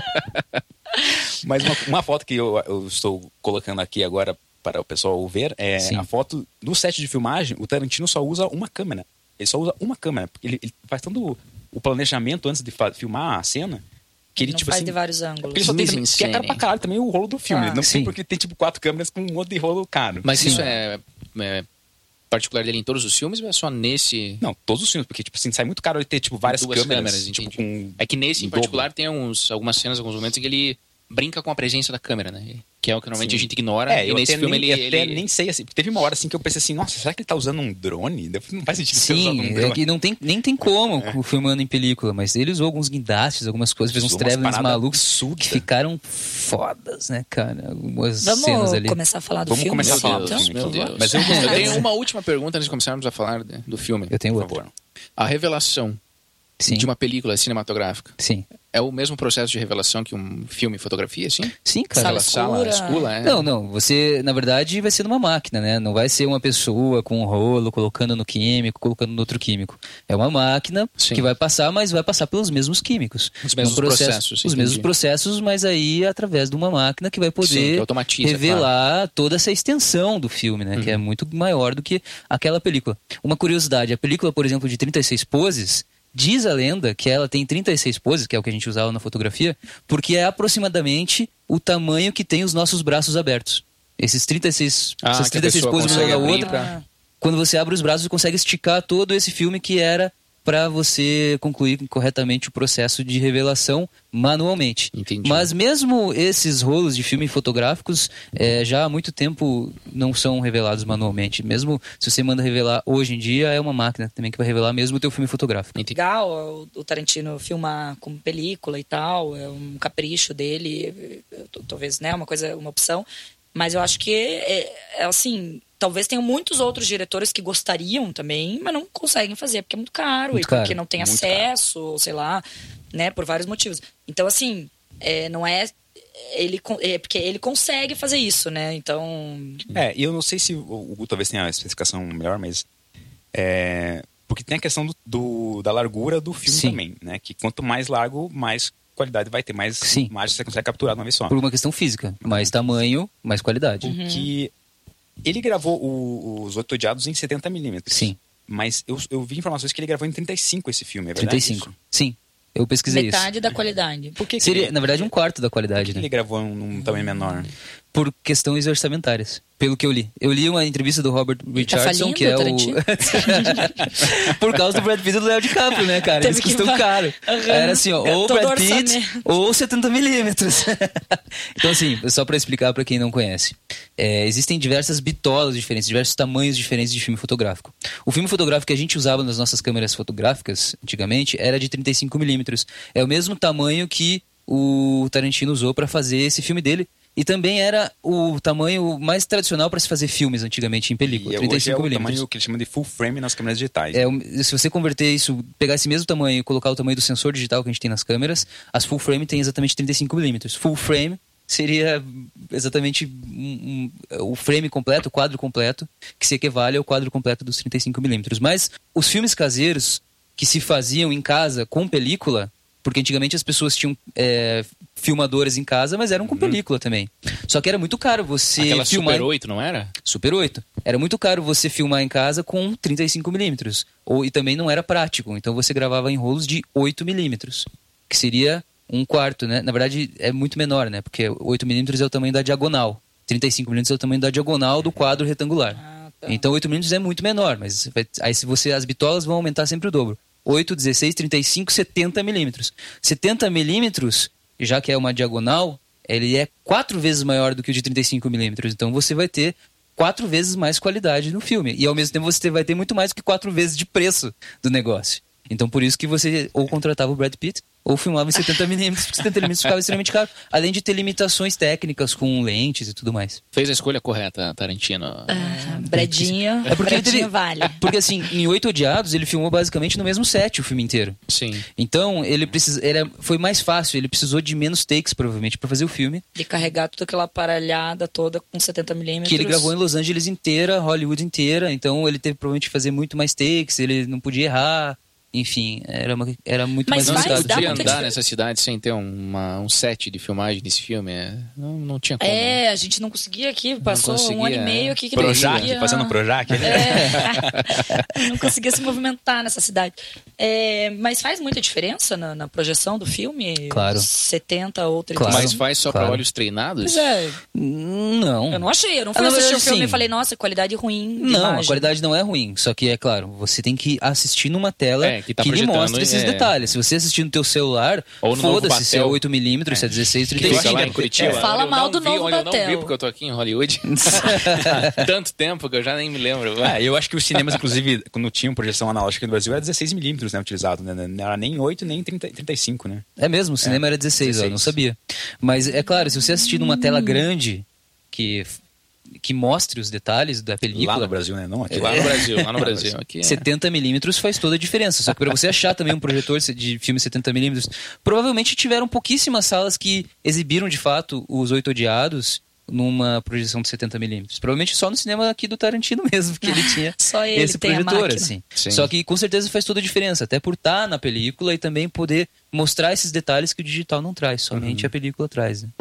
[SPEAKER 5] Mas uma, uma foto que eu, eu estou colocando aqui agora para o pessoal ver é
[SPEAKER 2] Sim.
[SPEAKER 5] a foto do set de filmagem. O Tarantino só usa uma câmera. Ele só usa uma câmera. Porque ele, ele faz tanto o, o planejamento antes de fa- filmar a cena que ele,
[SPEAKER 3] Não
[SPEAKER 5] tipo
[SPEAKER 3] faz
[SPEAKER 5] assim...
[SPEAKER 3] de vários ângulos.
[SPEAKER 5] Porque ele só tem também,
[SPEAKER 1] Mise en
[SPEAKER 5] que é caro
[SPEAKER 1] scène.
[SPEAKER 5] pra caralho também o rolo do filme.
[SPEAKER 3] Ah.
[SPEAKER 5] Não sei
[SPEAKER 2] Sim.
[SPEAKER 5] porque ele tem tipo quatro câmeras com um monte de rolo caro.
[SPEAKER 1] Mas
[SPEAKER 2] Sim.
[SPEAKER 1] isso é, é particular dele em todos os filmes ou é só nesse?
[SPEAKER 5] Não, todos os filmes, porque tipo assim, sai muito caro ele ter tipo várias
[SPEAKER 1] Duas
[SPEAKER 5] câmeras.
[SPEAKER 1] câmeras,
[SPEAKER 5] tipo,
[SPEAKER 1] entendi.
[SPEAKER 5] com
[SPEAKER 1] É que nesse em
[SPEAKER 5] um dobro.
[SPEAKER 1] particular tem uns, algumas cenas, alguns momentos em que ele brinca com a presença da câmera, né? Que é o que normalmente
[SPEAKER 5] Sim.
[SPEAKER 1] a gente ignora.
[SPEAKER 5] É,
[SPEAKER 1] e
[SPEAKER 5] eu
[SPEAKER 1] nesse
[SPEAKER 5] até,
[SPEAKER 1] filme
[SPEAKER 5] nem,
[SPEAKER 1] ele,
[SPEAKER 5] até
[SPEAKER 1] ele...
[SPEAKER 5] nem sei assim. Porque teve uma hora assim que eu pensei assim, nossa, será que ele tá usando um drone? Não faz sentido ser usando
[SPEAKER 2] Sim,
[SPEAKER 5] um
[SPEAKER 2] é
[SPEAKER 5] drone.
[SPEAKER 2] que não tem, nem tem como é. filmando em película, mas ele usou alguns guindastes, algumas coisas, fez uns
[SPEAKER 5] Usou umas
[SPEAKER 2] travelings
[SPEAKER 5] paradas
[SPEAKER 2] malucos
[SPEAKER 5] absurdas.
[SPEAKER 2] que ficaram fodas, né, cara? Algumas cenas
[SPEAKER 3] Vamos
[SPEAKER 2] ali.
[SPEAKER 3] começar a falar do
[SPEAKER 5] Vamos
[SPEAKER 3] filme?
[SPEAKER 5] começar a falar
[SPEAKER 3] então?
[SPEAKER 5] do filme.
[SPEAKER 1] Meu
[SPEAKER 5] aqui.
[SPEAKER 1] Deus.
[SPEAKER 5] Mas eu
[SPEAKER 1] Eu
[SPEAKER 5] gostaria
[SPEAKER 1] tenho uma última pergunta antes de começarmos a falar de- do filme.
[SPEAKER 2] Eu tenho
[SPEAKER 5] por
[SPEAKER 2] outra.
[SPEAKER 5] favor.
[SPEAKER 1] A revelação
[SPEAKER 2] Sim,
[SPEAKER 1] de uma película cinematográfica
[SPEAKER 2] sim.
[SPEAKER 1] é o mesmo processo de revelação que um filme e fotografia, assim?
[SPEAKER 2] Sim, cara.
[SPEAKER 3] Sala
[SPEAKER 1] Aquela sala
[SPEAKER 3] escura.
[SPEAKER 1] escura, é.
[SPEAKER 2] Não, não. Você, na verdade, vai ser numa máquina, né? Não vai ser uma pessoa com um rolo, colocando no químico, colocando no outro químico. É uma máquina
[SPEAKER 1] Sim.
[SPEAKER 2] que vai passar, mas vai passar pelos mesmos químicos.
[SPEAKER 1] Os mesmos
[SPEAKER 2] Um processo-
[SPEAKER 1] processos,
[SPEAKER 2] Os
[SPEAKER 1] entendi.
[SPEAKER 2] mesmos processos, mas aí através de uma máquina que vai
[SPEAKER 1] Sim, que
[SPEAKER 2] poder
[SPEAKER 1] automatiza,
[SPEAKER 2] revelar toda essa extensão do filme, né?
[SPEAKER 1] Uhum.
[SPEAKER 2] Que é muito maior do que aquela película. Uma curiosidade, a película, por exemplo, de trinta e seis poses... Diz a lenda que ela tem trinta e seis poses, que é o que a gente usava na fotografia, porque é aproximadamente o tamanho que tem os nossos braços abertos. Esses trinta e seis,
[SPEAKER 1] Ah,
[SPEAKER 2] essas
[SPEAKER 1] que a
[SPEAKER 2] trinta e seis
[SPEAKER 1] pessoa
[SPEAKER 2] poses uma
[SPEAKER 1] consegue
[SPEAKER 2] na
[SPEAKER 1] abrir
[SPEAKER 2] outra,
[SPEAKER 1] pra-
[SPEAKER 2] quando você abre os braços, você consegue esticar todo esse filme que era para você concluir corretamente o processo de revelação manualmente.
[SPEAKER 1] Entendi.
[SPEAKER 2] Mas mesmo esses rolos de filme fotográficos eh, já há muito tempo não são revelados manualmente. Mesmo se você manda revelar hoje em dia, é uma máquina também que vai revelar mesmo o teu filme fotográfico.
[SPEAKER 1] Entendi.
[SPEAKER 3] Legal o, o Tarantino filmar como película e tal, é um capricho dele, é, t- talvez, né, uma coisa, uma opção, mas eu acho que é, é assim, talvez tenham muitos outros diretores que gostariam também, mas não conseguem fazer porque é muito caro
[SPEAKER 2] Muito
[SPEAKER 3] e porque
[SPEAKER 2] caro,
[SPEAKER 3] não tem
[SPEAKER 5] muito
[SPEAKER 3] acesso, ou sei lá, né, por vários motivos. Então assim, é, não é ele con- é porque ele consegue fazer isso, né? Então,
[SPEAKER 5] É, e eu não sei se o o Gu talvez tenha a especificação melhor, mas é, porque tem a questão do, do- da largura do filme
[SPEAKER 2] Sim.
[SPEAKER 5] também, né? Que quanto mais largo, mais qualidade vai ter, mais
[SPEAKER 2] Sim.
[SPEAKER 5] imagem você consegue capturar de uma vez só.
[SPEAKER 2] Por uma questão física. Mais tamanho, mais qualidade.
[SPEAKER 5] Que ele gravou o- os Oito Odiados em setenta milímetros.
[SPEAKER 2] Sim.
[SPEAKER 5] Mas eu, eu vi informações que ele gravou em trinta e cinco esse filme, é verdade?
[SPEAKER 2] trinta e cinco. Sim, eu pesquisei
[SPEAKER 3] metade
[SPEAKER 2] isso.
[SPEAKER 3] da qualidade.
[SPEAKER 5] Por que, que
[SPEAKER 2] Seria,
[SPEAKER 5] ele,
[SPEAKER 2] na verdade, um quarto da
[SPEAKER 5] por
[SPEAKER 2] qualidade,
[SPEAKER 5] que
[SPEAKER 2] né?
[SPEAKER 5] ele gravou num tamanho menor?
[SPEAKER 2] Por questões orçamentárias. Pelo que eu li. Eu li uma entrevista do Robert Richardson,
[SPEAKER 3] falindo,
[SPEAKER 2] que é o.
[SPEAKER 3] Tarantino?
[SPEAKER 2] Por causa do Brad Pitt e do Léo DiCaprio, né, cara?
[SPEAKER 3] Teve
[SPEAKER 2] Eles
[SPEAKER 3] que
[SPEAKER 2] custam
[SPEAKER 3] va-
[SPEAKER 2] caro.
[SPEAKER 3] Aham.
[SPEAKER 2] Era assim, ó, ou
[SPEAKER 3] Todo
[SPEAKER 2] Brad Pitt
[SPEAKER 3] orçamento.
[SPEAKER 2] ou setenta milímetros. Então, assim, só pra explicar pra quem não conhece. É, existem diversas bitolas diferentes, diversos tamanhos diferentes de filme fotográfico. O filme fotográfico que a gente usava nas nossas câmeras fotográficas, antigamente, era de trinta e cinco milímetros. É o mesmo tamanho que o Tarantino usou pra fazer esse filme dele. E também era o tamanho mais tradicional para se fazer filmes antigamente em película,
[SPEAKER 5] E
[SPEAKER 2] trinta e
[SPEAKER 5] hoje é
[SPEAKER 2] cinco
[SPEAKER 5] o
[SPEAKER 2] milímetros.
[SPEAKER 5] tamanho que eles chamam de full frame nas câmeras digitais.
[SPEAKER 2] É, um- se você converter isso, pegar esse mesmo tamanho e colocar o tamanho do sensor digital que a gente tem nas câmeras, as full frame tem exatamente trinta e cinco milímetros. Full frame seria exatamente um- um- o frame completo, o quadro completo, que se equivale ao quadro completo dos trinta e cinco milímetros. Mas os filmes caseiros que se faziam em casa com película, porque antigamente as pessoas tinham é, filmadoras em casa, mas eram com película também. Só que era muito caro você
[SPEAKER 1] Aquela
[SPEAKER 2] filmar...
[SPEAKER 1] Super oito, não era?
[SPEAKER 2] Super oito. Era muito caro você filmar em casa com trinta e cinco milímetros. Ou, e também não era prático. Então você gravava em rolos de oito milímetros. Que seria um quarto, né? Na verdade é muito menor, né? Porque oito milímetros é o tamanho da diagonal. trinta e cinco milímetros é o tamanho da diagonal do quadro retangular.
[SPEAKER 3] Ah, tá.
[SPEAKER 2] Então oito milímetros é muito menor. Mas vai- aí se você, as bitolas vão aumentar sempre o dobro. oito, dezesseis, trinta e cinco, setenta milímetros. setenta milímetros, já que é uma diagonal, ele é quatro vezes maior do que o de trinta e cinco milímetros. Então você vai ter quatro vezes mais qualidade no filme. E ao mesmo tempo você vai ter muito mais do que quatro vezes de preço do negócio. Então por isso que você ou contratava o Brad Pitt ou filmava em setenta milímetros, porque setenta milímetros ficava extremamente caro. Além de ter limitações técnicas com lentes e tudo mais.
[SPEAKER 1] Fez a escolha correta, Tarantino.
[SPEAKER 3] Ah, Bredinho,
[SPEAKER 2] É porque ele
[SPEAKER 3] Bredinho
[SPEAKER 2] teve-
[SPEAKER 3] vale.
[SPEAKER 2] Porque assim, em Oito Odiados, ele filmou basicamente no mesmo set o filme inteiro.
[SPEAKER 1] Sim.
[SPEAKER 2] Então, ele precisa, ele foi mais fácil, ele precisou de menos takes, provavelmente, pra fazer o filme.
[SPEAKER 3] De carregar toda aquela aparelhada toda com setenta milímetros.
[SPEAKER 2] Que ele gravou em Los Angeles inteira, Hollywood inteira. Então, ele teve provavelmente que fazer muito mais takes, ele não podia errar. Enfim, era, uma, era muito
[SPEAKER 3] Mas
[SPEAKER 2] mais
[SPEAKER 1] Não
[SPEAKER 3] vai
[SPEAKER 1] se
[SPEAKER 3] dar
[SPEAKER 2] limitado.
[SPEAKER 1] podia
[SPEAKER 3] muita
[SPEAKER 1] andar
[SPEAKER 3] diferença.
[SPEAKER 1] nessa cidade sem ter uma, um set de filmagem desse filme. é, Não, não tinha como.
[SPEAKER 3] É, a gente não conseguia aqui, passou um
[SPEAKER 1] conseguia,
[SPEAKER 3] ano e meio aqui que
[SPEAKER 5] Projac,
[SPEAKER 3] não conseguia...
[SPEAKER 5] passando Projac.
[SPEAKER 3] É, não conseguia se movimentar nessa cidade. É, mas faz muita diferença na, na projeção do filme?
[SPEAKER 2] Claro.
[SPEAKER 3] setenta ou trinta.
[SPEAKER 2] Claro.
[SPEAKER 1] Mas faz só
[SPEAKER 2] Claro.
[SPEAKER 1] pra olhos treinados?
[SPEAKER 3] Pois é,
[SPEAKER 2] Não.
[SPEAKER 3] eu não achei. Eu não
[SPEAKER 2] Ah,
[SPEAKER 3] fui
[SPEAKER 2] na
[SPEAKER 3] assistir
[SPEAKER 2] verdade,
[SPEAKER 3] o filme
[SPEAKER 2] sim.
[SPEAKER 3] e falei, nossa, qualidade ruim de
[SPEAKER 2] Não,
[SPEAKER 3] imagem.
[SPEAKER 2] a qualidade não é ruim. Só que, é claro, você tem que assistir numa tela
[SPEAKER 1] É,
[SPEAKER 2] que,
[SPEAKER 1] que tá
[SPEAKER 2] lhe
[SPEAKER 1] projetando,
[SPEAKER 2] mostre esses
[SPEAKER 1] é.
[SPEAKER 2] detalhes. Se você assistir no teu celular,
[SPEAKER 1] Ou no novo
[SPEAKER 2] foda-se se é
[SPEAKER 1] Batel.
[SPEAKER 2] oito milímetros, se é dezesseis,
[SPEAKER 1] Que
[SPEAKER 2] trinta e
[SPEAKER 1] fica lá
[SPEAKER 2] cinco.
[SPEAKER 1] em Curitiba.
[SPEAKER 3] É, fala
[SPEAKER 1] Eu
[SPEAKER 3] mal
[SPEAKER 1] não
[SPEAKER 3] do
[SPEAKER 1] vi,
[SPEAKER 3] novo
[SPEAKER 1] olha, eu não vi
[SPEAKER 3] Batel.
[SPEAKER 1] porque eu tô aqui em Hollywood. Tanto tempo que eu já nem me lembro.
[SPEAKER 5] É, eu acho que os cinemas, inclusive, quando tinham projeção analógica no Brasil, era dezesseis milímetros, né, utilizado, né? Não era nem oito, nem trinta, trinta e cinco, né?
[SPEAKER 2] É mesmo, o cinema era dezesseis, ó, eu não
[SPEAKER 5] dezesseis.
[SPEAKER 2] sabia. Mas é claro, se você assistir numa tela grande que, que mostre os detalhes da película,
[SPEAKER 5] Lá no Brasil, né? Não aqui.
[SPEAKER 1] Lá no Brasil, lá no Brasil. Aqui é-
[SPEAKER 2] setenta milímetros faz toda a diferença. Só que para você achar também um projetor de filme setenta milímetros, provavelmente tiveram pouquíssimas salas que exibiram de fato os Oito Odiados numa projeção de setenta milímetros. Provavelmente só no cinema aqui do Tarantino mesmo, que ele tinha
[SPEAKER 3] Só ele
[SPEAKER 2] esse
[SPEAKER 3] tem a
[SPEAKER 2] projetor,
[SPEAKER 3] máquina.
[SPEAKER 2] assim.
[SPEAKER 1] Sim.
[SPEAKER 2] Só que com certeza faz toda a diferença, até por estar na película e também poder mostrar esses detalhes que o digital não traz, somente a película traz. Né?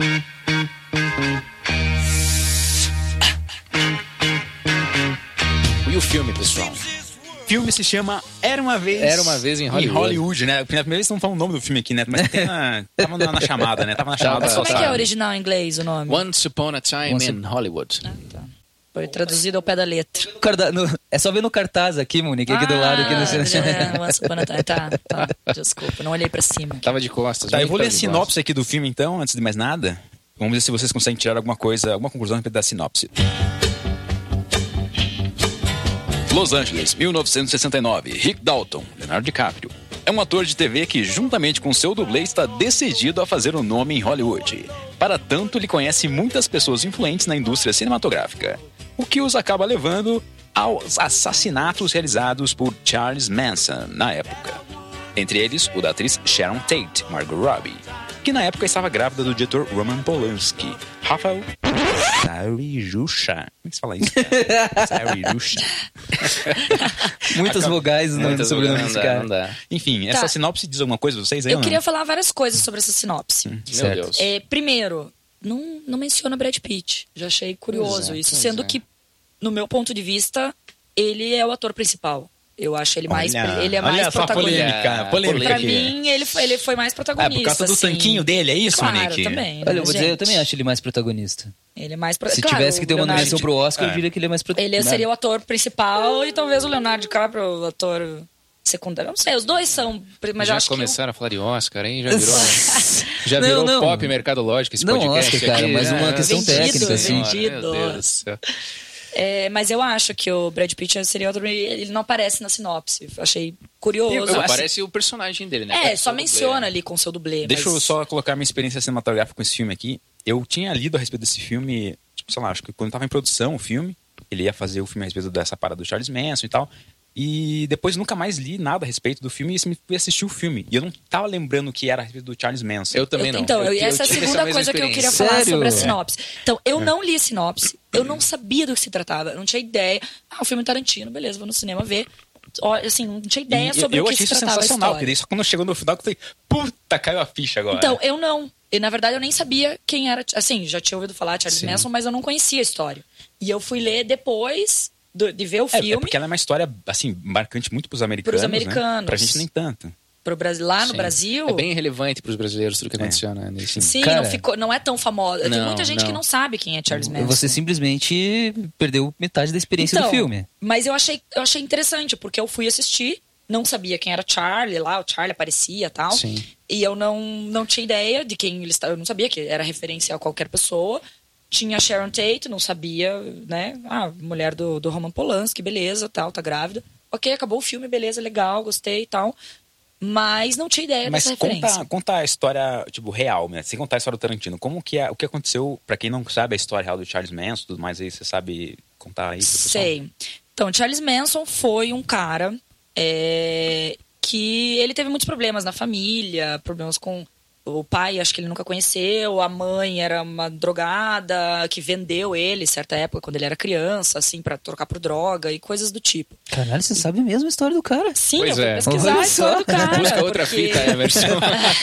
[SPEAKER 1] E o filme, pessoal?
[SPEAKER 5] O filme se chama Era Uma Vez...
[SPEAKER 1] Era Uma Vez em Hollywood.
[SPEAKER 5] né? A primeira vez não falamos o nome do filme aqui, né? Mas tem na... tava na, na chamada, né? Tava na chamada.
[SPEAKER 1] Tava.
[SPEAKER 5] só
[SPEAKER 3] Como é que é
[SPEAKER 5] sabe.
[SPEAKER 3] original em inglês o nome?
[SPEAKER 1] Once Upon a Time
[SPEAKER 2] Once-
[SPEAKER 1] in Hollywood.
[SPEAKER 3] Ah, tá. Foi traduzido ao pé da letra.
[SPEAKER 2] O carda- no- É só ver no cartaz aqui, Monique, aqui do lado. Aqui no...
[SPEAKER 3] Ah, Once Upon a Time. Tá, tá. Desculpa, não olhei pra cima.
[SPEAKER 1] Tava de costas.
[SPEAKER 5] Tá, eu
[SPEAKER 1] muito
[SPEAKER 5] vou ler a
[SPEAKER 1] tava de
[SPEAKER 5] sinopse aqui do filme, então, antes de mais nada. Vamos ver se vocês conseguem tirar alguma coisa, alguma conclusão a respeito da sinopse. Los Angeles, mil novecentos e sessenta e nove. Rick Dalton, Leonardo DiCaprio, é um ator de T V que, juntamente com seu dublê, está decidido a fazer um nome em Hollywood. Para tanto, ele conhece muitas pessoas influentes na indústria cinematográfica, o que os acaba levando aos assassinatos realizados por Charles Manson na época. Entre eles, o da atriz Sharon Tate, Margot Robbie, que na época estava grávida do diretor Roman Polanski. Rafael Saryusha. Como é que se fala isso? cara? Saryusha.
[SPEAKER 2] Muitas vogais no nome do
[SPEAKER 1] Muitas
[SPEAKER 2] sobrenome
[SPEAKER 1] não
[SPEAKER 2] desse
[SPEAKER 1] dá,
[SPEAKER 2] cara.
[SPEAKER 1] não dá.
[SPEAKER 5] Enfim, essa
[SPEAKER 3] Tá.
[SPEAKER 5] sinopse diz alguma coisa pra vocês aí?
[SPEAKER 3] Eu
[SPEAKER 5] ou não?
[SPEAKER 3] queria falar várias coisas sobre essa sinopse.
[SPEAKER 1] Meu
[SPEAKER 2] Certo.
[SPEAKER 1] Deus.
[SPEAKER 3] É, primeiro, não, não menciona Brad Pitt. Já achei curioso
[SPEAKER 1] Pois é,
[SPEAKER 3] isso.
[SPEAKER 1] pois
[SPEAKER 3] Sendo
[SPEAKER 1] é.
[SPEAKER 3] que, no meu ponto de vista, ele é o ator principal. Eu acho ele mais,
[SPEAKER 5] Olha,
[SPEAKER 3] ele é
[SPEAKER 5] olha
[SPEAKER 3] mais
[SPEAKER 5] só a
[SPEAKER 3] protagonista.
[SPEAKER 5] polêmica, polêmica
[SPEAKER 3] Pra
[SPEAKER 5] aqui.
[SPEAKER 3] mim, ele foi, ele foi mais
[SPEAKER 5] Ah,
[SPEAKER 3] protagonista.
[SPEAKER 5] por causa do
[SPEAKER 3] assim.
[SPEAKER 5] tanquinho dele, é isso,
[SPEAKER 3] Claro,
[SPEAKER 5] Monique?
[SPEAKER 3] também.
[SPEAKER 2] Olha, eu
[SPEAKER 3] né,
[SPEAKER 2] vou dizer, eu
[SPEAKER 3] gente?
[SPEAKER 2] também acho ele mais protagonista.
[SPEAKER 3] Ele é mais pro-
[SPEAKER 2] Se
[SPEAKER 3] claro,
[SPEAKER 2] tivesse que ter
[SPEAKER 3] o
[SPEAKER 2] uma
[SPEAKER 3] Leonardo
[SPEAKER 2] nomeação pro Oscar,
[SPEAKER 5] É.
[SPEAKER 2] eu diria que ele é mais protagonista.
[SPEAKER 3] Ele seria o ator principal e talvez o Leonardo DiCaprio o ator secundário. Não sei, os dois são, mas eu
[SPEAKER 1] já
[SPEAKER 3] acho
[SPEAKER 1] começaram a falar de Oscar, hein? Já virou, já
[SPEAKER 2] Não,
[SPEAKER 1] virou
[SPEAKER 2] não.
[SPEAKER 1] pop mercadológico esse
[SPEAKER 2] Não,
[SPEAKER 1] podcast
[SPEAKER 2] Oscar, cara,
[SPEAKER 1] aqui.
[SPEAKER 2] mas uma
[SPEAKER 1] Ah,
[SPEAKER 2] questão
[SPEAKER 3] Vendido,
[SPEAKER 2] técnica, assim.
[SPEAKER 3] vendido.
[SPEAKER 1] Meu Deus do céu.
[SPEAKER 3] que... É, mas eu acho que o Brad Pitt seria outro... Ele não aparece na sinopse. Achei curioso.
[SPEAKER 1] Só
[SPEAKER 5] acho-
[SPEAKER 1] aparece o personagem dele, né?
[SPEAKER 3] É,
[SPEAKER 1] Parece
[SPEAKER 3] só
[SPEAKER 1] o dublê.
[SPEAKER 3] menciona ali com seu dublê.
[SPEAKER 5] Deixa
[SPEAKER 3] mas...
[SPEAKER 5] eu só colocar minha experiência cinematográfica com esse filme aqui. Eu tinha lido a respeito desse filme, tipo, sei lá, acho que quando estava em produção o filme, ele ia fazer o filme a respeito dessa parada do Charles Manson e tal. E depois nunca mais li nada a respeito do filme e me fui assistir o filme. E eu não tava lembrando que era a respeito do Charles Manson.
[SPEAKER 1] Eu também
[SPEAKER 3] Eu-
[SPEAKER 1] não.
[SPEAKER 3] Então, eu-
[SPEAKER 1] eu,
[SPEAKER 3] essa é a
[SPEAKER 1] tive
[SPEAKER 3] segunda
[SPEAKER 1] mesma
[SPEAKER 3] coisa que eu queria
[SPEAKER 1] experiência.
[SPEAKER 3] falar
[SPEAKER 2] Sério?
[SPEAKER 3] sobre a
[SPEAKER 2] É.
[SPEAKER 3] sinopse. Então, eu não li a sinopse, eu não sabia do que se tratava, eu não tinha ideia. Ah, o filme Tarantino, beleza, vou no cinema ver. Olha, assim, não tinha ideia
[SPEAKER 5] E
[SPEAKER 3] sobre
[SPEAKER 5] eu
[SPEAKER 3] o que
[SPEAKER 5] achei
[SPEAKER 3] se
[SPEAKER 5] isso
[SPEAKER 3] tratava a
[SPEAKER 5] sensacional,
[SPEAKER 3] história.
[SPEAKER 5] porque daí só quando chegou no final que eu falei, puta, caiu a ficha agora.
[SPEAKER 3] Então, eu não. E, na verdade, eu nem sabia quem era. Assim, já tinha ouvido falar de Charles
[SPEAKER 1] Sim.
[SPEAKER 3] Manson, mas eu não conhecia a história. E eu fui ler depois do- de ver o
[SPEAKER 5] é,
[SPEAKER 3] filme.
[SPEAKER 5] é porque ela é uma história, assim, marcante muito pros americanos,
[SPEAKER 3] Pros americanos.
[SPEAKER 5] Né? Pra gente nem tanto.
[SPEAKER 3] Pro Brasil, lá no
[SPEAKER 1] Sim.
[SPEAKER 3] Brasil.
[SPEAKER 1] É bem relevante para os brasileiros tudo que aconteceu, né? Nesse...
[SPEAKER 3] Sim,
[SPEAKER 2] Cara,
[SPEAKER 3] não, ficou, não é tão famosa. Tem
[SPEAKER 1] não,
[SPEAKER 3] muita gente
[SPEAKER 1] não.
[SPEAKER 3] que não sabe quem é Charles Manson.
[SPEAKER 2] Você simplesmente perdeu metade da experiência
[SPEAKER 3] Então,
[SPEAKER 2] do filme.
[SPEAKER 3] Mas eu achei, eu achei interessante, porque eu fui assistir, não sabia quem era Charlie lá, o Charlie aparecia e tal.
[SPEAKER 1] Sim.
[SPEAKER 3] E eu não, não tinha ideia de quem ele estava. Eu não sabia que era referência a qualquer pessoa. Tinha a Sharon Tate, não sabia, né? Ah, mulher do, do Roman Polanski, beleza, tal, tá grávida. Ok, acabou o filme, beleza, legal, gostei e tal. mas não tinha ideia
[SPEAKER 5] Mas
[SPEAKER 3] dessa referência.
[SPEAKER 5] conta, conta a história, tipo, real, né? Sem contar a história do Tarantino. Como que é, o que aconteceu, pra quem não sabe a história real do Charles Manson e tudo mais, aí você sabe contar aí pro pessoal?
[SPEAKER 3] Sei. Então, Charles Manson foi um cara é, que ele teve muitos problemas na família, problemas com o pai, acho que ele nunca conheceu, a mãe era uma drogada que vendeu ele certa época, quando ele era criança, assim, pra trocar por droga e coisas do tipo.
[SPEAKER 2] Caralho, você sabe mesmo a história do cara.
[SPEAKER 3] Sim,
[SPEAKER 1] Pois
[SPEAKER 3] eu fui
[SPEAKER 1] é.
[SPEAKER 3] pesquisar
[SPEAKER 2] Olha
[SPEAKER 3] a história
[SPEAKER 2] só.
[SPEAKER 3] do cara.
[SPEAKER 1] Busca outra
[SPEAKER 3] porque
[SPEAKER 1] fita, Emerson.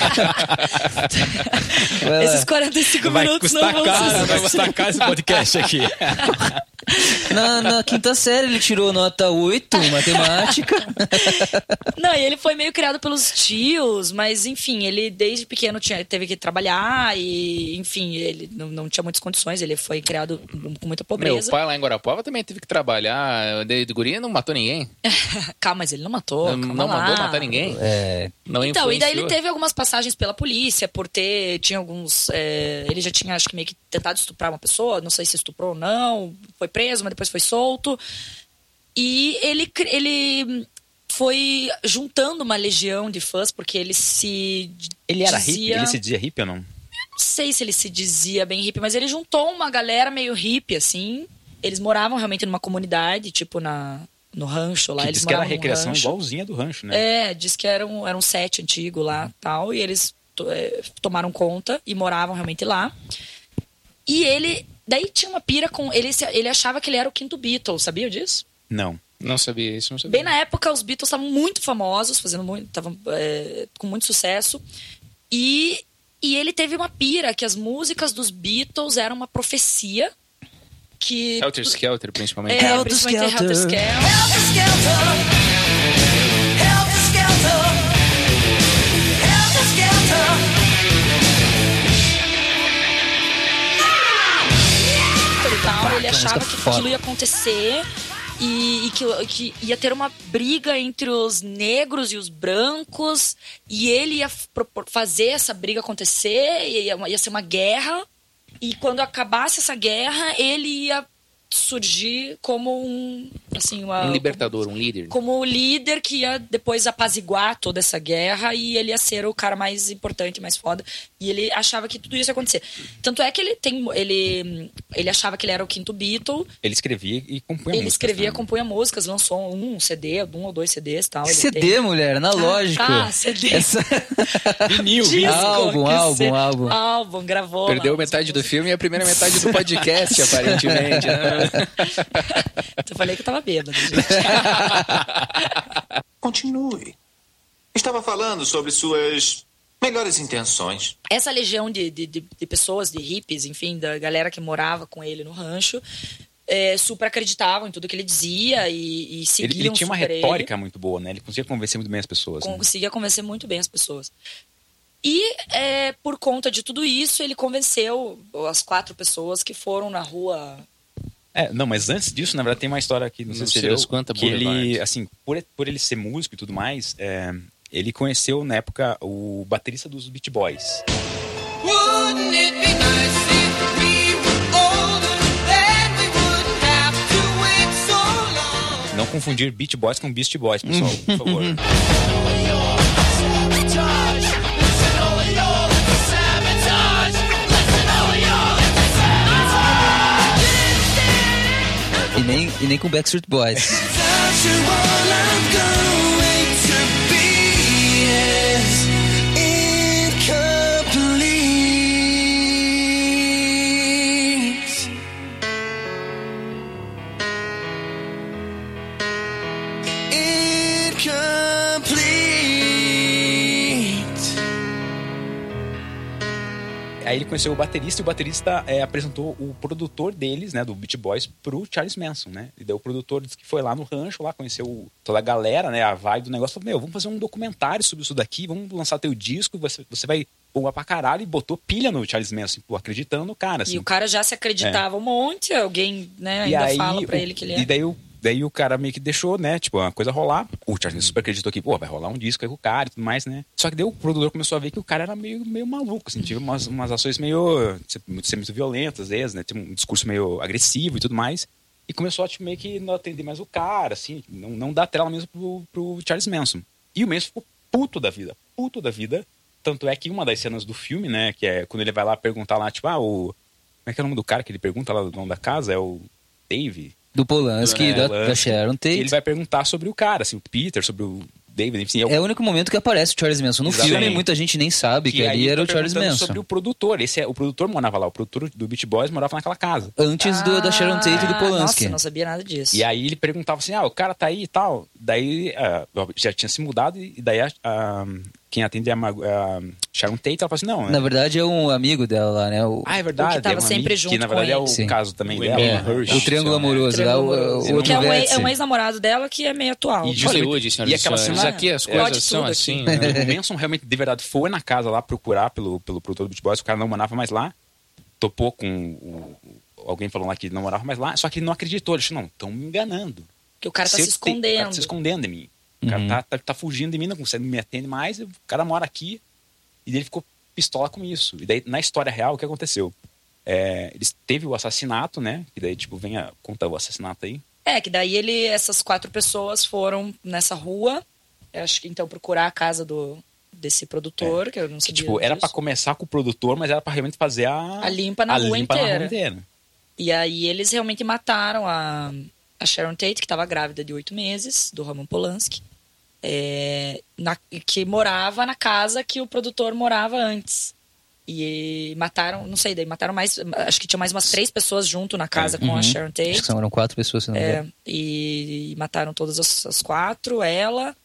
[SPEAKER 2] Vai lá.
[SPEAKER 3] Esses quarenta e cinco minutos não vão ser
[SPEAKER 5] vai custar caro esse podcast aqui.
[SPEAKER 2] Na, na quinta série ele tirou nota oito, matemática.
[SPEAKER 3] Não, e ele foi meio criado pelos tios, mas enfim, ele desde pequeno tinha, teve que trabalhar e, enfim, ele não, não tinha muitas condições, ele foi criado com muita
[SPEAKER 1] Meu
[SPEAKER 3] pobreza.
[SPEAKER 1] pai lá em Guarapuava também teve que trabalhar. De, de guria não matou ninguém.
[SPEAKER 3] Calma, mas ele não matou,
[SPEAKER 1] não
[SPEAKER 3] calma
[SPEAKER 1] não
[SPEAKER 3] lá.
[SPEAKER 1] mandou matar ninguém.
[SPEAKER 2] É,
[SPEAKER 1] Não
[SPEAKER 3] Então, e daí ele
[SPEAKER 1] influenciou.
[SPEAKER 3] teve algumas passagens pela polícia por ter, tinha alguns, é, ele já tinha, acho que meio que tentado estuprar uma pessoa, não sei se estuprou ou não, foi preso, mas depois foi solto. E ele, cri- ele foi juntando uma legião de fãs, porque ele se
[SPEAKER 5] Ele era
[SPEAKER 3] dizia...
[SPEAKER 5] hippie? Ele se dizia hippie ou não?
[SPEAKER 3] Não sei se ele se dizia bem hippie, mas ele juntou uma galera meio hippie, assim. Eles moravam realmente numa comunidade, tipo na, no rancho lá.
[SPEAKER 5] Que
[SPEAKER 3] Eles
[SPEAKER 5] diz que era a
[SPEAKER 3] moravam num
[SPEAKER 5] recreação
[SPEAKER 3] rancho.
[SPEAKER 5] igualzinha do rancho, né?
[SPEAKER 3] É, diz que era um, era um set antigo lá tal. E eles to- é, tomaram conta e moravam realmente lá. E ele. Daí tinha uma pira com. Ele, se- ele achava que ele era o quinto Beatle, sabia disso?
[SPEAKER 5] Não.
[SPEAKER 1] Não sabia isso, não sabia.
[SPEAKER 3] Bem na época, os Beatles estavam muito famosos, fazendo muito. Estavam é, com muito sucesso. E, e ele teve uma pira que as músicas dos Beatles eram uma profecia. Que.
[SPEAKER 1] Helter Skelter, principalmente.
[SPEAKER 3] É,
[SPEAKER 2] Helter
[SPEAKER 3] principalmente
[SPEAKER 2] Skelter.
[SPEAKER 3] Helter Skelter. E tal, ele achava que
[SPEAKER 2] foda.
[SPEAKER 3] aquilo ia acontecer e, e que, que ia ter uma briga entre os negros e os brancos e ele ia propor- fazer essa briga acontecer, ia, ia ser uma guerra e quando acabasse essa guerra ele ia surgir como um assim uma,
[SPEAKER 1] Um libertador, um líder.
[SPEAKER 3] como o líder que ia depois apaziguar toda essa guerra e ele ia ser o cara mais importante, mais foda. E ele achava que tudo isso ia acontecer. Tanto é que ele tem. Ele, ele achava que ele era o quinto Beatle.
[SPEAKER 5] Ele escrevia e compunha
[SPEAKER 3] Ele
[SPEAKER 5] músicas
[SPEAKER 3] escrevia,
[SPEAKER 5] também.
[SPEAKER 3] compunha músicas, lançou um C D, um ou dois C Ds e tal. Ele
[SPEAKER 2] C D,
[SPEAKER 3] tem-
[SPEAKER 2] mulher, analógico.
[SPEAKER 3] Ah, tá, C D.
[SPEAKER 2] Essa...
[SPEAKER 5] Vinil,
[SPEAKER 3] Disco,
[SPEAKER 2] Álbum,
[SPEAKER 3] que
[SPEAKER 2] álbum,
[SPEAKER 3] C-
[SPEAKER 2] álbum.
[SPEAKER 3] Álbum, gravou.
[SPEAKER 1] Perdeu
[SPEAKER 3] lá.
[SPEAKER 1] metade do filme e a primeira metade do podcast, aparentemente. Né?
[SPEAKER 3] Eu falei que eu tava bêbado, gente.
[SPEAKER 4] Continue. Estava falando sobre suas melhores intenções.
[SPEAKER 3] Essa legião de, de, de, de pessoas, de hippies, enfim, da galera que morava com ele no rancho, é, super acreditavam em tudo que ele dizia e, e seguiam
[SPEAKER 5] Ele, ele tinha uma
[SPEAKER 3] super
[SPEAKER 5] retórica muito boa, né? Ele conseguia convencer muito bem as pessoas.
[SPEAKER 3] ele,
[SPEAKER 5] né?
[SPEAKER 3] conseguia convencer muito bem as pessoas. E é, por conta de tudo isso, ele convenceu as quatro pessoas que foram na rua.
[SPEAKER 5] É, não, mas antes disso, na verdade, tem uma história aqui, não,
[SPEAKER 1] Não
[SPEAKER 5] sei se
[SPEAKER 1] sei
[SPEAKER 5] você leu,
[SPEAKER 1] das quantas
[SPEAKER 5] que ele,
[SPEAKER 1] Boulevard.
[SPEAKER 5] assim, por, por ele ser músico e tudo mais, é, ele conheceu, na época, o baterista dos Beach Boys.
[SPEAKER 7] Wouldn't it be nice if we were older, then we wouldn't have to wait so long?
[SPEAKER 5] Não confundir Beach Boys com Beast Boys, pessoal, por favor.
[SPEAKER 2] E nem, e nem com Backstreet Boys.
[SPEAKER 7] Without you, all I'm going to be is incomplete. Incomplete.
[SPEAKER 5] Aí ele conheceu o baterista e o baterista é, apresentou o produtor deles, né, do Beach Boys, pro Charles Manson, né? E daí o produtor disse que foi lá no rancho, lá conheceu o- toda a galera, né, a vibe do negócio. Falou, meu, vamos fazer um documentário sobre isso daqui, vamos lançar teu disco, você, você vai bombar pra caralho. E botou pilha no Charles Manson, pô, acreditando no cara, assim.
[SPEAKER 3] E o cara já se acreditava um monte, alguém né, ainda fala pra
[SPEAKER 5] o-
[SPEAKER 3] ele que ele
[SPEAKER 5] E
[SPEAKER 3] é.
[SPEAKER 5] daí o, daí o cara meio que deixou, né? Tipo, a coisa rolar. O Charles Manson super acreditou que, pô, vai rolar um disco aí com o cara e tudo mais, né? Só que daí o produtor começou a ver que o cara era meio, meio maluco, assim. Tinha umas, umas ações meio... Ser muito, ser muito violentas, às vezes, né? Tinha um discurso meio agressivo e tudo mais. E começou a, tipo, meio que não atender mais o cara, assim. Não, não dar trela mesmo pro, pro Charles Manson. E o Manson ficou puto da vida, puto da vida. Tanto é que uma das cenas do filme, né, que é quando ele vai lá perguntar lá, tipo, ah, o... Como é que é o nome do cara que ele pergunta lá do dono da casa? É o Dave?
[SPEAKER 2] Do Polanski,
[SPEAKER 5] É,
[SPEAKER 2] da,
[SPEAKER 5] Polanski.
[SPEAKER 2] da Sharon Tate.
[SPEAKER 5] Ele vai perguntar sobre o cara, assim, o Peter, sobre o David, enfim. É o
[SPEAKER 2] É o único momento que aparece o Charles Manson. No
[SPEAKER 5] Exatamente.
[SPEAKER 2] filme, muita gente nem sabe que,
[SPEAKER 5] que
[SPEAKER 2] ali
[SPEAKER 5] aí
[SPEAKER 2] era
[SPEAKER 5] tá
[SPEAKER 2] o Charles
[SPEAKER 5] perguntando
[SPEAKER 2] Manson.
[SPEAKER 5] sobre o produtor. Esse é, o produtor morava lá, o produtor do Beach Boys morava naquela casa.
[SPEAKER 2] Antes do, da Sharon Tate e do
[SPEAKER 3] Ah,
[SPEAKER 2] Polanski.
[SPEAKER 3] Nossa, não sabia nada disso.
[SPEAKER 5] E aí ele perguntava assim, ah, o cara tá aí e tal. Daí ah, já tinha se mudado e daí a, a- quem atende é a, Mar- a Sharon Tate, ela fala assim, não,
[SPEAKER 2] Na verdade, é um amigo dela lá, né? O,
[SPEAKER 5] ah, é verdade.
[SPEAKER 3] O que tava
[SPEAKER 5] é um
[SPEAKER 3] sempre
[SPEAKER 5] amigo,
[SPEAKER 3] junto
[SPEAKER 5] que na
[SPEAKER 3] com
[SPEAKER 5] verdade é
[SPEAKER 3] ele.
[SPEAKER 5] o
[SPEAKER 2] Sim.
[SPEAKER 5] caso também
[SPEAKER 1] O
[SPEAKER 5] dela.
[SPEAKER 1] Emil
[SPEAKER 5] né?
[SPEAKER 1] Hirsch.
[SPEAKER 2] o Triângulo Amoroso. lá,
[SPEAKER 3] Triângulo
[SPEAKER 2] o,
[SPEAKER 3] Amoroso.
[SPEAKER 2] o, o
[SPEAKER 3] que é um, ex-
[SPEAKER 2] vértice.
[SPEAKER 3] é um ex-namorado dela que é meio atual.
[SPEAKER 5] E justamente-
[SPEAKER 1] Hollywood, senhores
[SPEAKER 5] e aquela
[SPEAKER 1] e senhores.
[SPEAKER 5] cena-
[SPEAKER 1] Aqui as
[SPEAKER 3] Pode
[SPEAKER 1] coisas são
[SPEAKER 3] tudo
[SPEAKER 1] assim.
[SPEAKER 3] aqui.
[SPEAKER 1] né?
[SPEAKER 5] O Manson realmente, de verdade, foi na casa lá procurar pelo, pelo produtor do Beach Boys, o cara não morava mais lá, topou com o- o- alguém falando lá que ele não morava mais lá, só que ele não acreditou, ele disse, não, estão me enganando.
[SPEAKER 3] Que o cara tá
[SPEAKER 5] Se
[SPEAKER 3] se
[SPEAKER 5] eu tenho- o cara
[SPEAKER 3] escondendo.
[SPEAKER 5] tá se escondendo de mim. O cara
[SPEAKER 2] Uhum.
[SPEAKER 5] tá, tá, tá fugindo de mim, não consegue me atender mais, o cara mora aqui, e ele ficou pistola com isso. E daí, na história real, o que aconteceu? É, eles teve o assassinato, né, e daí, tipo, vem a, conta o assassinato aí.
[SPEAKER 3] É, que daí ele, essas quatro pessoas foram nessa rua, eu acho que então procurar a casa do, desse produtor, que eu não
[SPEAKER 5] Que,
[SPEAKER 3] sabia
[SPEAKER 5] tipo, era
[SPEAKER 3] disso.
[SPEAKER 5] pra começar com o produtor, mas era pra realmente fazer a...
[SPEAKER 3] A limpa na
[SPEAKER 5] a
[SPEAKER 3] rua
[SPEAKER 5] limpa
[SPEAKER 3] inteira.
[SPEAKER 5] Na rua inteira.
[SPEAKER 3] E aí eles realmente mataram a, a Sharon Tate, que estava grávida de oito meses, do Roman Polanski, é, na- que morava na casa que o produtor morava antes. E mataram, não sei, daí mataram mais, acho que tinha mais umas três pessoas junto na casa com a Sharon
[SPEAKER 2] Acho que
[SPEAKER 3] Tate.
[SPEAKER 2] são, eram quatro pessoas, se não me
[SPEAKER 3] É,
[SPEAKER 2] engano.
[SPEAKER 3] e mataram todas as, as quatro, ela.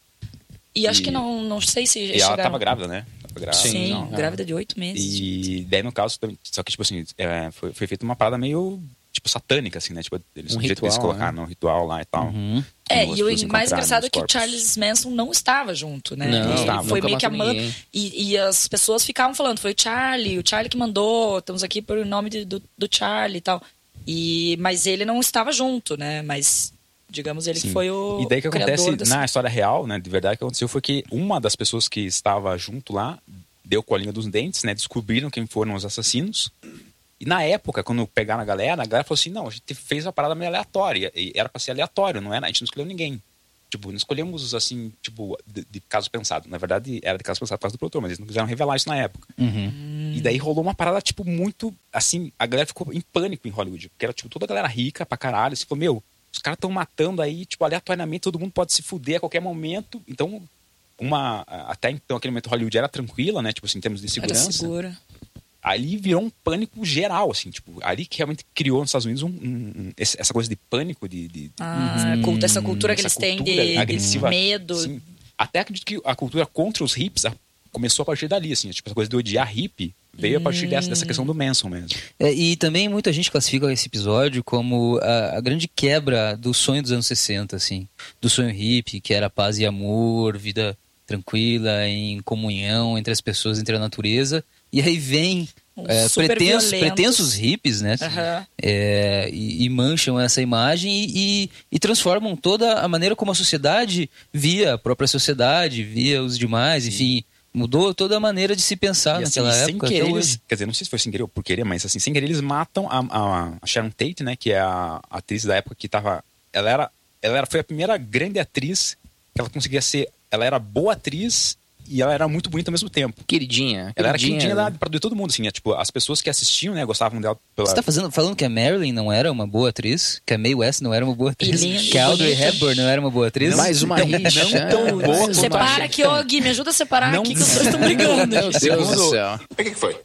[SPEAKER 3] E acho
[SPEAKER 5] E-
[SPEAKER 3] que não, não sei se
[SPEAKER 5] E ela
[SPEAKER 3] chegaram...
[SPEAKER 5] tava grávida, né? Tava grávida.
[SPEAKER 3] Sim,
[SPEAKER 1] não,
[SPEAKER 3] grávida de oito meses.
[SPEAKER 5] E daí, no caso, também- só que, tipo assim, é, foi, foi feita uma parada meio, tipo, satânica, assim, né? Tipo, eles,
[SPEAKER 1] Um
[SPEAKER 5] o jeito que eles
[SPEAKER 1] ritual,
[SPEAKER 5] colocaram um ritual lá e tal.
[SPEAKER 2] Uhum.
[SPEAKER 3] É,
[SPEAKER 5] Como as
[SPEAKER 3] e o
[SPEAKER 5] pessoas
[SPEAKER 3] mais
[SPEAKER 5] encontraram
[SPEAKER 3] engraçado
[SPEAKER 5] os
[SPEAKER 3] é que o
[SPEAKER 5] corpos.
[SPEAKER 3] Charles Manson não estava junto, né?
[SPEAKER 1] Não,
[SPEAKER 3] Ele
[SPEAKER 5] estava.
[SPEAKER 3] foi
[SPEAKER 1] Nunca
[SPEAKER 3] meio que
[SPEAKER 1] matou
[SPEAKER 3] amando.
[SPEAKER 1] ninguém.
[SPEAKER 3] E, e as pessoas ficavam falando, foi o Charlie, o Charlie que mandou, estamos aqui por nome de- do, do Charlie e tal. E, mas ele não estava junto, né? Mas, digamos, ele que
[SPEAKER 5] Sim.
[SPEAKER 3] foi o
[SPEAKER 5] E daí o que
[SPEAKER 3] criador
[SPEAKER 5] acontece
[SPEAKER 3] dessa-
[SPEAKER 5] na história real, né? De verdade, o que aconteceu foi que uma das pessoas que estava junto lá deu colinha dos dentes, né? Descobriram quem foram os assassinos. E na época, quando pegaram a galera, a galera falou assim, não, a gente fez uma parada meio aleatória. E era pra ser aleatório, não era? A gente não escolheu ninguém. Tipo, não escolhemos, assim, tipo, de, de caso pensado. Na verdade, era de caso pensado por causa do produtor, mas eles não quiseram revelar isso na época.
[SPEAKER 2] Uhum.
[SPEAKER 5] E daí rolou uma parada, tipo, muito, assim, a galera ficou em pânico em Hollywood. Porque era, tipo, toda a galera rica pra caralho. Você falou, meu, os caras estão matando aí, tipo, aleatoriamente, todo mundo pode se fuder a qualquer momento. Então, uma... Até então, aquele momento, Hollywood era tranquila, né? Tipo assim, em termos de
[SPEAKER 3] Era
[SPEAKER 5] segurança.
[SPEAKER 3] segura.
[SPEAKER 5] Ali virou um pânico geral, assim, tipo, ali que realmente criou nos Estados Unidos um, um- um- esse- essa coisa de pânico, de... de
[SPEAKER 3] Ah, cult- essa cultura que
[SPEAKER 5] essa
[SPEAKER 3] eles têm
[SPEAKER 5] cultura
[SPEAKER 3] de,
[SPEAKER 5] agressiva,
[SPEAKER 3] de medo.
[SPEAKER 5] sim. Até acredito que a cultura contra os hippies a- começou a partir dali, assim, tipo, essa coisa de odiar hippie veio a partir dessa, dessa questão do Manson mesmo.
[SPEAKER 2] É, e também muita gente classifica esse episódio como a, a grande quebra do sonho dos anos sessenta, assim. Do sonho hippie, que era paz e amor, vida tranquila, em comunhão entre as pessoas, entre a natureza. E aí vem
[SPEAKER 3] Um
[SPEAKER 2] é,
[SPEAKER 3] super
[SPEAKER 2] pretensos,
[SPEAKER 3] violentos.
[SPEAKER 2] pretensos hippies, né?
[SPEAKER 3] Aham.
[SPEAKER 2] É, e, e mancham essa imagem e, e- e transformam toda a maneira como a sociedade via a própria sociedade, via os demais, enfim, mudou toda a maneira de se pensar
[SPEAKER 5] E, assim,
[SPEAKER 2] naquela
[SPEAKER 5] sem
[SPEAKER 2] época.
[SPEAKER 5] querer,
[SPEAKER 2] até
[SPEAKER 5] eles,
[SPEAKER 2] hoje.
[SPEAKER 5] quer dizer, não sei se foi sem querer ou por querer, mas assim, sem querer eles matam a, a- a Sharon Tate, né, que é a atriz da época que tava, ela era, ela era, foi a primeira grande atriz que ela conseguia ser, ela era boa atriz e ela era muito bonita ao mesmo tempo.
[SPEAKER 1] Queridinha.
[SPEAKER 5] Ela era queridinha da, pra todo mundo, assim, né? Tipo, as pessoas que assistiam, né, gostavam dela pela...
[SPEAKER 2] Você tá fazendo, falando que a Marilyn não era uma boa atriz? Que a Mae West não era uma boa atriz?
[SPEAKER 3] E linda,
[SPEAKER 2] Que a Audrey
[SPEAKER 3] bonita.
[SPEAKER 2] Hepburn não era uma boa atriz?
[SPEAKER 1] Mais uma rixa.
[SPEAKER 5] não tão boa quanto
[SPEAKER 3] Separa
[SPEAKER 5] a
[SPEAKER 3] aqui, ô Gui, me ajuda a separar
[SPEAKER 5] Não-
[SPEAKER 3] aqui que os dois estão brigando.
[SPEAKER 1] Meu Deus do
[SPEAKER 5] Segundo-
[SPEAKER 1] céu.
[SPEAKER 4] O que, que foi?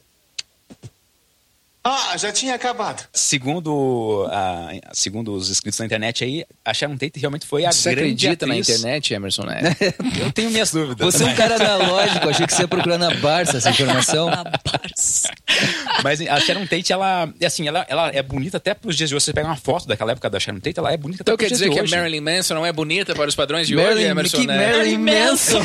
[SPEAKER 4] Ah, já tinha acabado.
[SPEAKER 5] Segundo, a, segundo os inscritos na internet aí, a Sharon Tate realmente foi a
[SPEAKER 1] Você
[SPEAKER 5] grande
[SPEAKER 1] acredita na
[SPEAKER 5] atriz.
[SPEAKER 1] internet, Emerson, né?
[SPEAKER 5] Eu tenho minhas dúvidas.
[SPEAKER 2] Você é um cara analógico, achei que você ia procurar na Barça essa informação.
[SPEAKER 3] A Barça.
[SPEAKER 5] Mas a Sharon Tate, ela, é assim, ela, ela é bonita até pros dias de hoje. Você pega uma foto daquela época da Sharon Tate, ela é bonita
[SPEAKER 1] Então
[SPEAKER 5] até
[SPEAKER 1] quer
[SPEAKER 5] pros
[SPEAKER 1] dizer
[SPEAKER 5] dias
[SPEAKER 1] que a
[SPEAKER 5] de hoje.
[SPEAKER 1] Marilyn Manson não é bonita para os padrões de
[SPEAKER 2] Marilyn,
[SPEAKER 1] hoje, Emerson,
[SPEAKER 2] que
[SPEAKER 1] né?
[SPEAKER 2] Marilyn Manson.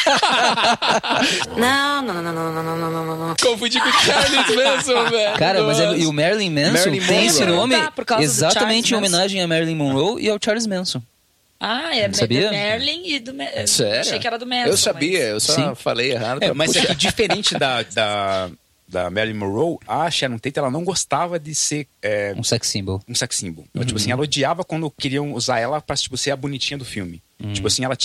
[SPEAKER 8] Não, não, não, não, não, não, não, não, não, não.
[SPEAKER 1] Confundi com o Charles Manson, velho.
[SPEAKER 2] Cara, mas é,
[SPEAKER 1] Nossa.
[SPEAKER 2] e o Marilyn Manson
[SPEAKER 1] Marilyn
[SPEAKER 2] tem esse
[SPEAKER 1] Monroe.
[SPEAKER 2] nome
[SPEAKER 3] Tá, por causa do
[SPEAKER 2] exatamente em
[SPEAKER 3] Charles
[SPEAKER 2] homenagem a Marilyn Monroe e ao Charles Manson.
[SPEAKER 3] Ah, é
[SPEAKER 2] Sabia?
[SPEAKER 3] do Merlin e do... Me-
[SPEAKER 1] Sério?
[SPEAKER 3] Achei que era do Manson.
[SPEAKER 1] Eu sabia, eu só
[SPEAKER 2] Sim.
[SPEAKER 1] falei errado.
[SPEAKER 5] É,
[SPEAKER 1] pra
[SPEAKER 5] mas é
[SPEAKER 1] puxar.
[SPEAKER 5] que diferente da, da, da Marilyn Monroe, a Sharon Tate, ela não gostava de ser é,
[SPEAKER 2] Um sex symbol.
[SPEAKER 5] um sex symbol. Então, tipo assim, ela odiava quando queriam usar ela pra, tipo, ser a bonitinha do filme. Tipo assim, ela tinha uma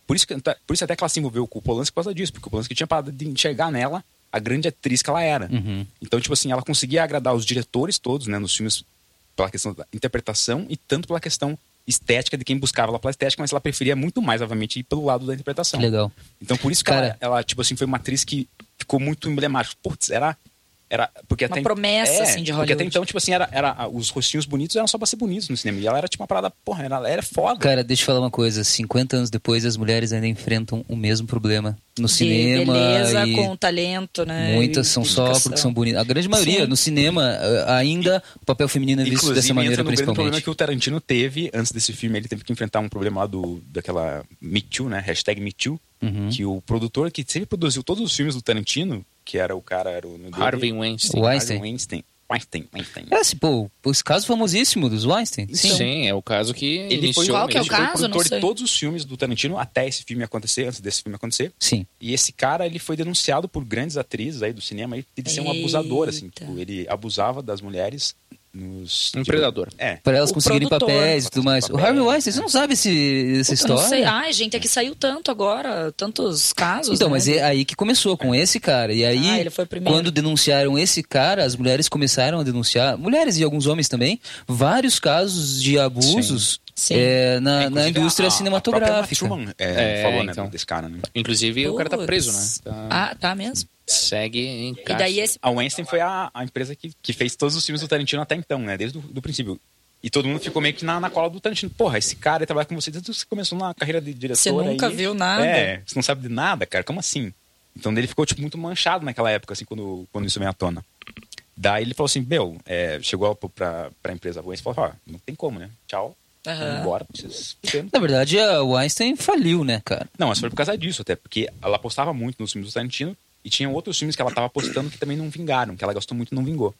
[SPEAKER 5] Por isso, que, por isso até que ela se envolveu com o Polanski por causa disso, porque o Polanski tinha parado de enxergar nela a grande atriz que ela era.
[SPEAKER 2] Uhum.
[SPEAKER 5] Então, tipo assim, ela conseguia agradar os diretores todos, né, nos filmes, pela questão da interpretação e tanto pela questão estética de quem buscava ela pela estética, mas ela preferia muito mais, obviamente, ir pelo lado da interpretação.
[SPEAKER 2] Legal.
[SPEAKER 5] Então, por isso que
[SPEAKER 2] Cara-
[SPEAKER 5] ela, ela, tipo assim, foi uma atriz que ficou muito emblemática. Putz, era... Era, porque
[SPEAKER 3] Uma
[SPEAKER 5] até,
[SPEAKER 3] promessa,
[SPEAKER 5] é,
[SPEAKER 3] assim, de
[SPEAKER 5] Porque até
[SPEAKER 3] Hollywood.
[SPEAKER 5] então, tipo assim, era, era, os rostinhos bonitos eram só pra ser bonitos no cinema. E ela era tipo uma parada, porra, ela era foda.
[SPEAKER 2] Cara, deixa eu falar uma coisa. cinquenta anos depois, as mulheres ainda enfrentam o mesmo problema no
[SPEAKER 3] De
[SPEAKER 2] cinema.
[SPEAKER 3] beleza
[SPEAKER 2] e
[SPEAKER 3] com talento, né?
[SPEAKER 2] muitas
[SPEAKER 3] e
[SPEAKER 2] são só
[SPEAKER 3] dedicação.
[SPEAKER 2] porque são bonitas. A grande maioria,
[SPEAKER 3] Sim.
[SPEAKER 2] no cinema, eh, ainda o papel feminino é visto
[SPEAKER 5] Inclusive,
[SPEAKER 2] dessa maneira,
[SPEAKER 5] entra no grande problema
[SPEAKER 2] principalmente.
[SPEAKER 5] que o Tarantino teve antes desse filme. Ele teve que enfrentar um problema lá do, daquela Me Too, né? Hashtag Me Too.
[SPEAKER 2] Uhum.
[SPEAKER 5] Que o produtor que sempre produziu todos os filmes do Tarantino, que era o cara, era o...
[SPEAKER 1] Harvey Weinstein.
[SPEAKER 2] O
[SPEAKER 5] Harvey
[SPEAKER 2] Weinstein.
[SPEAKER 5] Weinstein. Weinstein. Weinstein.
[SPEAKER 2] É, assim, pô, esse caso famosíssimo dos Weinstein.
[SPEAKER 1] Sim,
[SPEAKER 2] Sim.
[SPEAKER 1] é o caso que
[SPEAKER 5] Ele foi,
[SPEAKER 1] iniciou
[SPEAKER 3] Qual que é o
[SPEAKER 5] ele
[SPEAKER 1] mesmo.
[SPEAKER 5] foi
[SPEAKER 3] caso?
[SPEAKER 5] produtor
[SPEAKER 3] Não sei.
[SPEAKER 5] de todos os filmes do Tarantino até esse filme acontecer, antes desse filme acontecer.
[SPEAKER 2] Sim.
[SPEAKER 5] E esse cara, ele foi denunciado por grandes atrizes aí do cinema aí, de ser um
[SPEAKER 3] Eita.
[SPEAKER 5] abusador, assim. Tipo, ele abusava das mulheres nos...
[SPEAKER 1] Um
[SPEAKER 5] tipo,
[SPEAKER 1] predador.
[SPEAKER 5] É.
[SPEAKER 2] Pra elas
[SPEAKER 3] O
[SPEAKER 2] conseguirem
[SPEAKER 3] produtor.
[SPEAKER 2] papéis e tudo mais. O
[SPEAKER 5] Papéis,
[SPEAKER 2] Harvey Weinstein,
[SPEAKER 5] né?
[SPEAKER 2] você não sabe esse, essa
[SPEAKER 3] Eu
[SPEAKER 2] história?
[SPEAKER 3] não sei. Ai, gente, é que saiu tanto agora, tantos casos.
[SPEAKER 2] Então,
[SPEAKER 3] né?
[SPEAKER 2] mas é aí que começou, com esse cara. E aí,
[SPEAKER 3] Ah, ele foi o primeiro.
[SPEAKER 2] quando denunciaram esse cara, as mulheres começaram a denunciar, mulheres e alguns homens também, vários casos de abusos
[SPEAKER 3] Sim.
[SPEAKER 2] é, na, na
[SPEAKER 5] Inclusive,
[SPEAKER 2] indústria
[SPEAKER 5] a- a
[SPEAKER 2] cinematográfica.
[SPEAKER 5] própria Uma Truman, é,
[SPEAKER 1] É,
[SPEAKER 5] falou, né,
[SPEAKER 1] então.
[SPEAKER 5] desse cara, né?
[SPEAKER 1] Inclusive, o cara tá
[SPEAKER 3] Puts.
[SPEAKER 1] preso, né? Tá-
[SPEAKER 3] Ah, tá mesmo.
[SPEAKER 1] Segue em
[SPEAKER 3] E
[SPEAKER 1] cárcere.
[SPEAKER 3] daí esse...
[SPEAKER 5] A Weinstein foi a, a empresa que, que fez todos os filmes do Tarantino até então, né? Desde o do princípio. E todo mundo ficou meio que na, na cola do Tarantino. Porra, esse cara ele trabalha com você desde que você começou na carreira de diretor.
[SPEAKER 3] Você nunca
[SPEAKER 5] aí.
[SPEAKER 3] viu nada?
[SPEAKER 5] É, você não sabe de nada, cara. Como assim? Então ele ficou tipo, muito manchado naquela época, assim, quando, quando isso veio à tona. Daí ele falou assim, meu, é, chegou pra, pra empresa Weinstein e falou, ó, não tem como, né? Tchau.
[SPEAKER 3] Aham.
[SPEAKER 5] Vamos embora. Vocês fuderam.
[SPEAKER 2] Na verdade, a Weinstein faliu, né, cara?
[SPEAKER 5] Não, mas foi por causa disso até, porque ela apostava muito nos filmes do Tarantino e tinha outros filmes que ela tava apostando que também não vingaram, que ela gastou muito e não vingou.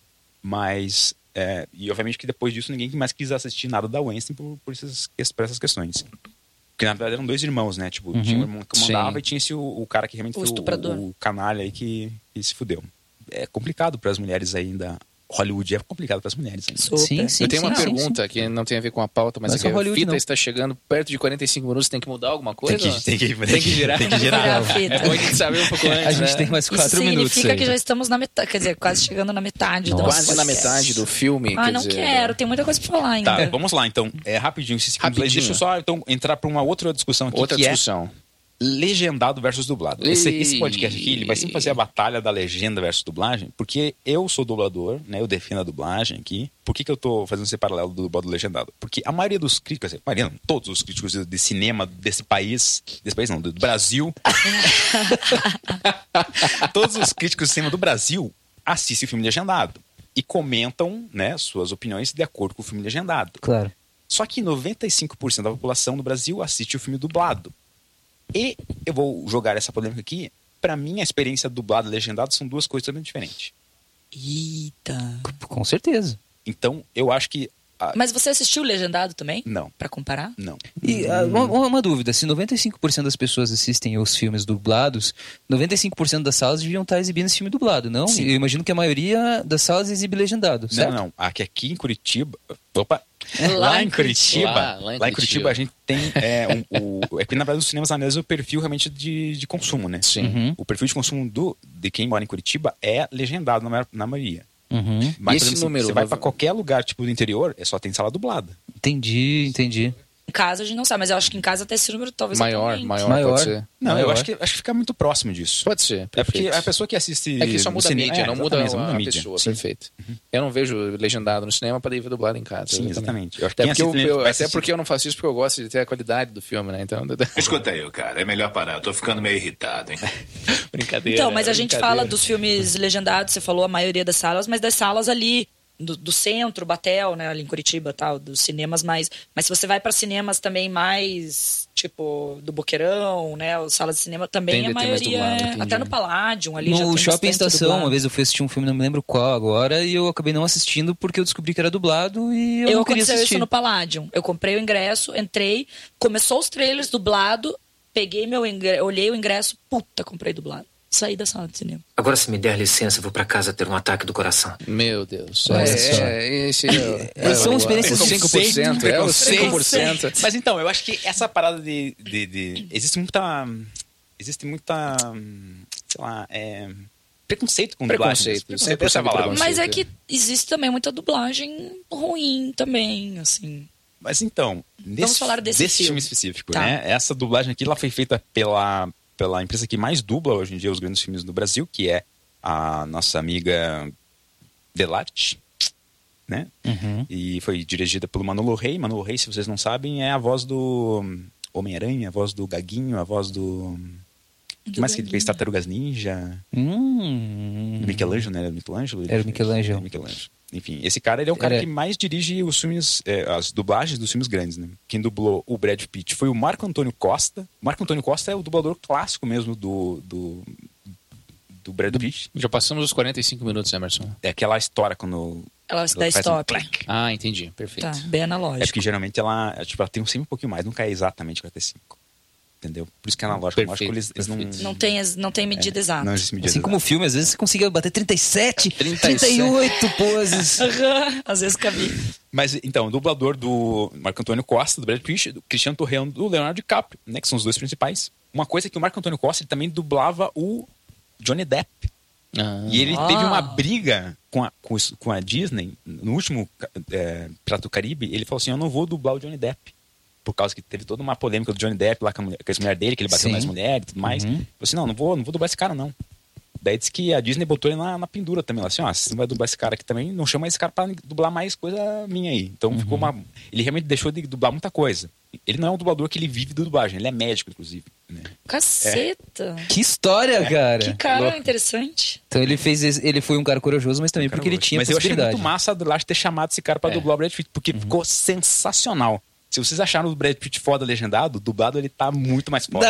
[SPEAKER 5] Mas, é, e obviamente que depois disso ninguém mais quis assistir nada da Weinstein por, por, essas, por essas questões. Porque na verdade eram dois irmãos, né? Tipo, tinha um irmão que mandava
[SPEAKER 1] Sim.
[SPEAKER 5] e tinha esse o, o cara que realmente
[SPEAKER 3] O
[SPEAKER 5] foi
[SPEAKER 3] estuprador.
[SPEAKER 5] o, o canalha aí que, que se fudeu. É complicado para as mulheres ainda. Hollywood é complicado para as mulheres ainda.
[SPEAKER 3] Super.
[SPEAKER 2] Sim, sim.
[SPEAKER 1] Eu tenho uma
[SPEAKER 2] sim,
[SPEAKER 1] pergunta que não tem a ver com a pauta, mas
[SPEAKER 2] Não é
[SPEAKER 1] é
[SPEAKER 2] só
[SPEAKER 1] que a
[SPEAKER 2] Hollywood,
[SPEAKER 1] fita
[SPEAKER 2] não.
[SPEAKER 1] está chegando perto de quarenta e cinco minutos, tem que mudar alguma coisa?
[SPEAKER 5] Tem que, tem que,
[SPEAKER 1] Tem que girar.
[SPEAKER 5] Tem que
[SPEAKER 3] Virar a
[SPEAKER 5] girar.
[SPEAKER 3] fita.
[SPEAKER 1] É bom a gente saber um pouco antes,
[SPEAKER 2] A gente
[SPEAKER 1] né?
[SPEAKER 2] tem mais
[SPEAKER 3] Isso
[SPEAKER 2] quatro minutos
[SPEAKER 3] significa
[SPEAKER 2] aí.
[SPEAKER 3] que já estamos na metade, quer dizer, quase chegando na metade
[SPEAKER 2] Nossa.
[SPEAKER 3] do
[SPEAKER 1] Quase na
[SPEAKER 3] podcast.
[SPEAKER 1] metade do filme.
[SPEAKER 3] Ah,
[SPEAKER 1] quer
[SPEAKER 3] não
[SPEAKER 1] dizer,
[SPEAKER 3] quero, tem muita coisa pra falar ainda.
[SPEAKER 5] Tá, vamos lá então. É rapidinho esses segundos.
[SPEAKER 1] Rapidinho.
[SPEAKER 5] Deixa eu só então entrar para uma outra discussão aqui,
[SPEAKER 1] Outra
[SPEAKER 5] que
[SPEAKER 1] discussão.
[SPEAKER 5] é legendado versus dublado. Esse,
[SPEAKER 1] Ei.
[SPEAKER 5] esse podcast aqui, ele vai sempre fazer a batalha da legenda versus dublagem, porque eu sou dublador, né? Eu defino a dublagem aqui. Por que, que eu tô fazendo esse paralelo do dublado e do legendado? Porque a maioria dos críticos, a maioria não, todos os críticos de, de cinema desse país, desse país não, do Brasil, todos os críticos de cinema do Brasil assistem o filme legendado e comentam, né, suas opiniões de acordo com o filme legendado.
[SPEAKER 2] Claro.
[SPEAKER 5] Só que noventa e cinco por cento da população do Brasil assiste o filme dublado. E eu vou jogar essa polêmica aqui. Pra mim, a experiência dublado e legendado são duas coisas totalmente diferentes.
[SPEAKER 3] Eita.
[SPEAKER 2] Com certeza.
[SPEAKER 5] Então, eu acho que... a-
[SPEAKER 3] Mas você assistiu o Legendado também?
[SPEAKER 5] Não,
[SPEAKER 3] Pra comparar?
[SPEAKER 5] não.
[SPEAKER 2] E ah, uma, uma dúvida, se noventa e cinco por cento das pessoas assistem os filmes dublados, noventa e cinco por cento das salas deviam estar exibindo esse filme dublado, não?
[SPEAKER 5] Sim.
[SPEAKER 2] Eu imagino que a maioria das salas exibe legendado,
[SPEAKER 5] Não,
[SPEAKER 2] certo?
[SPEAKER 5] não. Aqui, aqui em Curitiba... Opa!
[SPEAKER 3] Lá
[SPEAKER 5] Lá
[SPEAKER 3] em
[SPEAKER 5] em Curitiba,
[SPEAKER 1] Lá- lá
[SPEAKER 5] lá
[SPEAKER 1] em
[SPEAKER 5] em
[SPEAKER 1] Curitiba.
[SPEAKER 5] Curitiba a gente tem é, um, o, é que na verdade os cinemas analisam o perfil realmente de, de consumo, né?
[SPEAKER 1] Sim.
[SPEAKER 2] Uhum.
[SPEAKER 5] O perfil de consumo do, de quem mora em Curitiba é legendado na, maior- na maioria.
[SPEAKER 2] Uhum.
[SPEAKER 5] Mas,
[SPEAKER 1] E esse
[SPEAKER 5] por exemplo,
[SPEAKER 1] número,
[SPEAKER 5] você vai
[SPEAKER 1] nove-
[SPEAKER 5] pra qualquer lugar tipo do interior, é só tem sala dublada.
[SPEAKER 2] Entendi, entendi.
[SPEAKER 3] Em casa a gente não sabe, mas eu acho que em casa até esse número talvez
[SPEAKER 1] Maior,
[SPEAKER 3] aumente.
[SPEAKER 1] maior,
[SPEAKER 2] Maior.
[SPEAKER 1] pode ser.
[SPEAKER 5] Não,
[SPEAKER 2] Maior.
[SPEAKER 5] eu acho que, acho que fica muito próximo disso.
[SPEAKER 1] Pode ser,
[SPEAKER 5] É porque
[SPEAKER 1] perfeito.
[SPEAKER 5] a pessoa que assiste.
[SPEAKER 1] É que só
[SPEAKER 5] no
[SPEAKER 1] muda a
[SPEAKER 5] cinema-
[SPEAKER 1] mídia,
[SPEAKER 5] é,
[SPEAKER 1] não muda a,
[SPEAKER 5] exatamente,
[SPEAKER 1] a
[SPEAKER 5] mídia.
[SPEAKER 1] pessoa,
[SPEAKER 5] Sim.
[SPEAKER 1] perfeito. Eu não vejo legendado no cinema para ir ver dublado em casa.
[SPEAKER 5] Sim, exatamente. Eu acho que
[SPEAKER 1] Até
[SPEAKER 5] quem
[SPEAKER 1] porque, eu,
[SPEAKER 5] assiste
[SPEAKER 1] eu-
[SPEAKER 5] vai
[SPEAKER 1] até
[SPEAKER 5] assistir.
[SPEAKER 1] porque eu não faço isso porque eu gosto de ter a qualidade do filme, né? Então,
[SPEAKER 4] Escuta aí, cara. É melhor parar. Eu tô ficando meio irritado, hein?
[SPEAKER 1] brincadeira.
[SPEAKER 3] Então, mas a gente
[SPEAKER 1] brincadeira.
[SPEAKER 3] fala dos filmes legendados, você falou a maioria das salas, mas das salas ali do, do centro, Batel, né, ali em Curitiba, tal, dos cinemas mais, mas se você vai para cinemas também mais tipo do Boqueirão, né, as salas de cinema também
[SPEAKER 1] Tende
[SPEAKER 3] a
[SPEAKER 1] a ter mais
[SPEAKER 3] maioria
[SPEAKER 1] dublado,
[SPEAKER 3] é,
[SPEAKER 1] entendi.
[SPEAKER 3] até no Palladium ali já
[SPEAKER 2] No
[SPEAKER 3] tem
[SPEAKER 2] Shopping
[SPEAKER 3] bastante
[SPEAKER 2] Estação,
[SPEAKER 3] dublado.
[SPEAKER 2] uma vez eu fui assistir um filme, não me lembro qual agora, e eu acabei não assistindo porque eu descobri que era dublado e eu,
[SPEAKER 3] Eu
[SPEAKER 2] não queria
[SPEAKER 3] aconteceu
[SPEAKER 2] assistir.
[SPEAKER 3] isso no Palladium. Eu comprei o ingresso, entrei, começou os trailers dublado, peguei meu ingresso, olhei o ingresso, puta, comprei dublado. saí da sala de cinema.
[SPEAKER 8] Agora, se me der licença, eu vou pra casa ter um ataque do coração.
[SPEAKER 1] Meu Deus.
[SPEAKER 2] Olha
[SPEAKER 1] É,
[SPEAKER 2] só.
[SPEAKER 1] é, esse é,
[SPEAKER 2] Essas são
[SPEAKER 1] é,
[SPEAKER 2] experiências
[SPEAKER 1] os cinco por cento. É, os cinco por cento.
[SPEAKER 5] Mas então, eu acho que essa parada de. de, de- existe muita. Existe muita. Sei lá. É, preconceito com dublagem.
[SPEAKER 1] Preconceito,
[SPEAKER 5] Preconceito,
[SPEAKER 1] cem por cento
[SPEAKER 5] essa é a palavra.
[SPEAKER 1] preconceito.
[SPEAKER 3] Mas é que existe também muita dublagem ruim também, assim.
[SPEAKER 5] Mas então, nesse,
[SPEAKER 3] falar desse
[SPEAKER 5] filme.
[SPEAKER 3] filme.
[SPEAKER 5] específico,
[SPEAKER 3] Tá.
[SPEAKER 5] né? Essa dublagem aqui ela foi feita pela, pela empresa que mais dubla hoje em dia os grandes filmes do Brasil, que é a nossa amiga Delarte, né?
[SPEAKER 2] Uhum.
[SPEAKER 5] E foi dirigida pelo Manolo Rey. Manolo Rey, se vocês não sabem, é a voz do Homem-Aranha, a voz do Gaguinho, a voz do... O que mais que ele fez? Tartarugas Ninja.
[SPEAKER 2] Hum.
[SPEAKER 5] Michelangelo, né? Era o Michelangelo?
[SPEAKER 2] Era o Michelangelo.
[SPEAKER 5] É, Michelangelo. Enfim, esse cara ele é o cara
[SPEAKER 2] Era-
[SPEAKER 5] que mais dirige os filmes, é, as dublagens dos filmes grandes, né? Quem dublou o Brad Pitt foi o Marco Antônio Costa. O Marco Antônio Costa é o dublador clássico mesmo do, do, do Brad Pitt.
[SPEAKER 1] Já passamos os quarenta e cinco minutos, Emerson.
[SPEAKER 5] É aquela história quando...
[SPEAKER 3] Ela se dá
[SPEAKER 5] faz um
[SPEAKER 3] stop.
[SPEAKER 5] clac.
[SPEAKER 1] Ah, entendi. Perfeito.
[SPEAKER 3] Tá, bem
[SPEAKER 5] É
[SPEAKER 3] analógico.
[SPEAKER 5] porque geralmente ela, é, tipo, ela tem um sempre um pouquinho mais, nunca é exatamente quarenta e cinco. Entendeu? Por isso que é analógico.
[SPEAKER 1] Perfeito,
[SPEAKER 5] Analógico, eles, eles não...
[SPEAKER 3] Não tem, as- não tem medida exata.
[SPEAKER 5] Não existe medida
[SPEAKER 2] Assim como o
[SPEAKER 5] exata.
[SPEAKER 2] filme, às vezes você conseguia bater trinta e sete,
[SPEAKER 1] trinta e
[SPEAKER 2] trinta e oito poses.
[SPEAKER 3] Aham, Às vezes cabia.
[SPEAKER 5] Mas, então, o dublador do Marco Antônio Costa, do Brad Pitt, do Cristiano Torreão, do Leonardo DiCaprio, né? Que são os dois principais. Uma coisa é que o Marco Antônio Costa ele também dublava o Johnny Depp.
[SPEAKER 1] Ah.
[SPEAKER 5] E ele
[SPEAKER 3] Ah.
[SPEAKER 5] teve uma briga com a, com, os- com a Disney, no último é, Prato do Caribe, ele falou assim, eu não vou dublar o Johnny Depp. Por causa que teve toda uma polêmica do Johnny Depp lá com a, mulher, com a mulher dele, que ele bateu
[SPEAKER 2] Sim.
[SPEAKER 5] nas mulheres e tudo mais.
[SPEAKER 2] Uhum.
[SPEAKER 5] Ele falou assim, não, não vou, não vou dublar esse cara, não. Daí disse que a Disney botou ele na, na pendura também. Ela assim, ó, você não vai dublar esse cara aqui também, não chama esse cara pra dublar mais coisa minha aí. Então ficou uma... Ele realmente deixou de dublar muita coisa. Ele não é um dublador que ele vive da dublagem, ele é médico, inclusive. Né?
[SPEAKER 3] Caceta.
[SPEAKER 2] Que história, cara.
[SPEAKER 3] Que cara interessante.
[SPEAKER 2] Então ele fez, esse- ele foi um cara corajoso, mas também porque ele tinha
[SPEAKER 5] Mas eu achei
[SPEAKER 2] possibilidade.
[SPEAKER 5] muito massa a Delarte ter chamado esse cara pra
[SPEAKER 2] É.
[SPEAKER 5] dublar o Brad Pitt, porque ficou sensacional. Se vocês acharam o Brad Pitt foda legendado, dublado ele tá muito mais foda.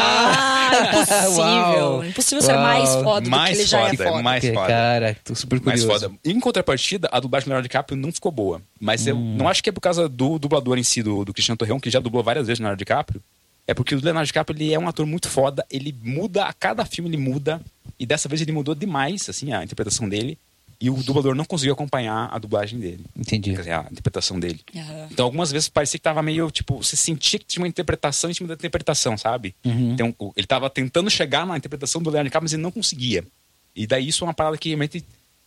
[SPEAKER 3] Ah, impossível.
[SPEAKER 2] Uau.
[SPEAKER 3] Impossível ser
[SPEAKER 2] Uau.
[SPEAKER 3] mais foda
[SPEAKER 5] Mais
[SPEAKER 3] do que ele já
[SPEAKER 5] foda,
[SPEAKER 3] é foda.
[SPEAKER 5] mais
[SPEAKER 2] Que,
[SPEAKER 5] foda.
[SPEAKER 2] cara, tô super
[SPEAKER 5] Mais
[SPEAKER 2] curioso.
[SPEAKER 5] foda. Em contrapartida, a dublagem do Leonardo DiCaprio não ficou boa. Mas eu
[SPEAKER 2] Hum.
[SPEAKER 5] não acho que é por causa do dublador em si, do, do Cristiano Torreão, que já dublou várias vezes o Leonardo DiCaprio. É porque o Leonardo DiCaprio ele é um ator muito foda, ele muda, a cada filme ele muda. E dessa vez ele mudou demais, assim, a interpretação dele. E o dublador não conseguiu acompanhar a dublagem dele.
[SPEAKER 2] Entendi.
[SPEAKER 5] Quer dizer, a interpretação dele.
[SPEAKER 3] Aham.
[SPEAKER 5] Então, algumas vezes parecia que tava meio, tipo, você sentia que tinha uma interpretação em cima da interpretação, sabe?
[SPEAKER 2] Uhum.
[SPEAKER 5] Então, o- ele tava tentando chegar na interpretação do Leonardo DiCaprio, mas ele não conseguia. E daí isso é uma parada que realmente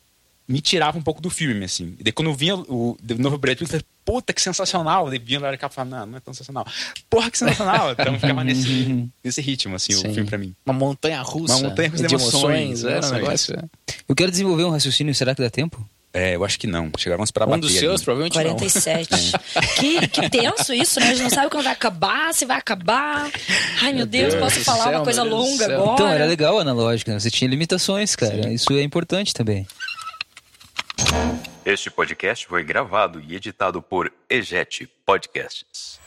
[SPEAKER 5] me tirava um pouco do filme, assim. E daí quando eu vinha o de novo Brad Pitt, eu falei, puta, que sensacional. Daí vinha o Leonardo DiCaprio e falava, não, não é tão sensacional. Porra, que sensacional. Então ficava nesse, nesse ritmo, assim,
[SPEAKER 1] Sim.
[SPEAKER 5] o filme pra mim.
[SPEAKER 1] Uma montanha russa.
[SPEAKER 5] Uma montanha-russa de
[SPEAKER 1] de
[SPEAKER 5] emoções,
[SPEAKER 1] emoções. Era um
[SPEAKER 5] emoções.
[SPEAKER 1] negócio. é.
[SPEAKER 2] Eu quero desenvolver um raciocínio, será que dá tempo?
[SPEAKER 5] É, eu acho que não. Chegaram a esperar
[SPEAKER 1] Um
[SPEAKER 5] bater
[SPEAKER 1] dos
[SPEAKER 5] ali.
[SPEAKER 1] seus, provavelmente
[SPEAKER 3] quarenta e
[SPEAKER 1] não.
[SPEAKER 3] sete. que, que tenso isso, né? A gente não sabe quando vai acabar, se vai acabar. Ai, meu Deus,
[SPEAKER 1] Deus
[SPEAKER 3] posso
[SPEAKER 1] do
[SPEAKER 3] falar
[SPEAKER 1] céu,
[SPEAKER 3] uma coisa
[SPEAKER 1] meu Deus do
[SPEAKER 3] longa
[SPEAKER 1] céu.
[SPEAKER 3] agora?
[SPEAKER 2] Então, era legal a analógica, né? Você tinha limitações, cara. Isso é importante também.
[SPEAKER 9] Este podcast foi gravado e editado por Egete Podcasts.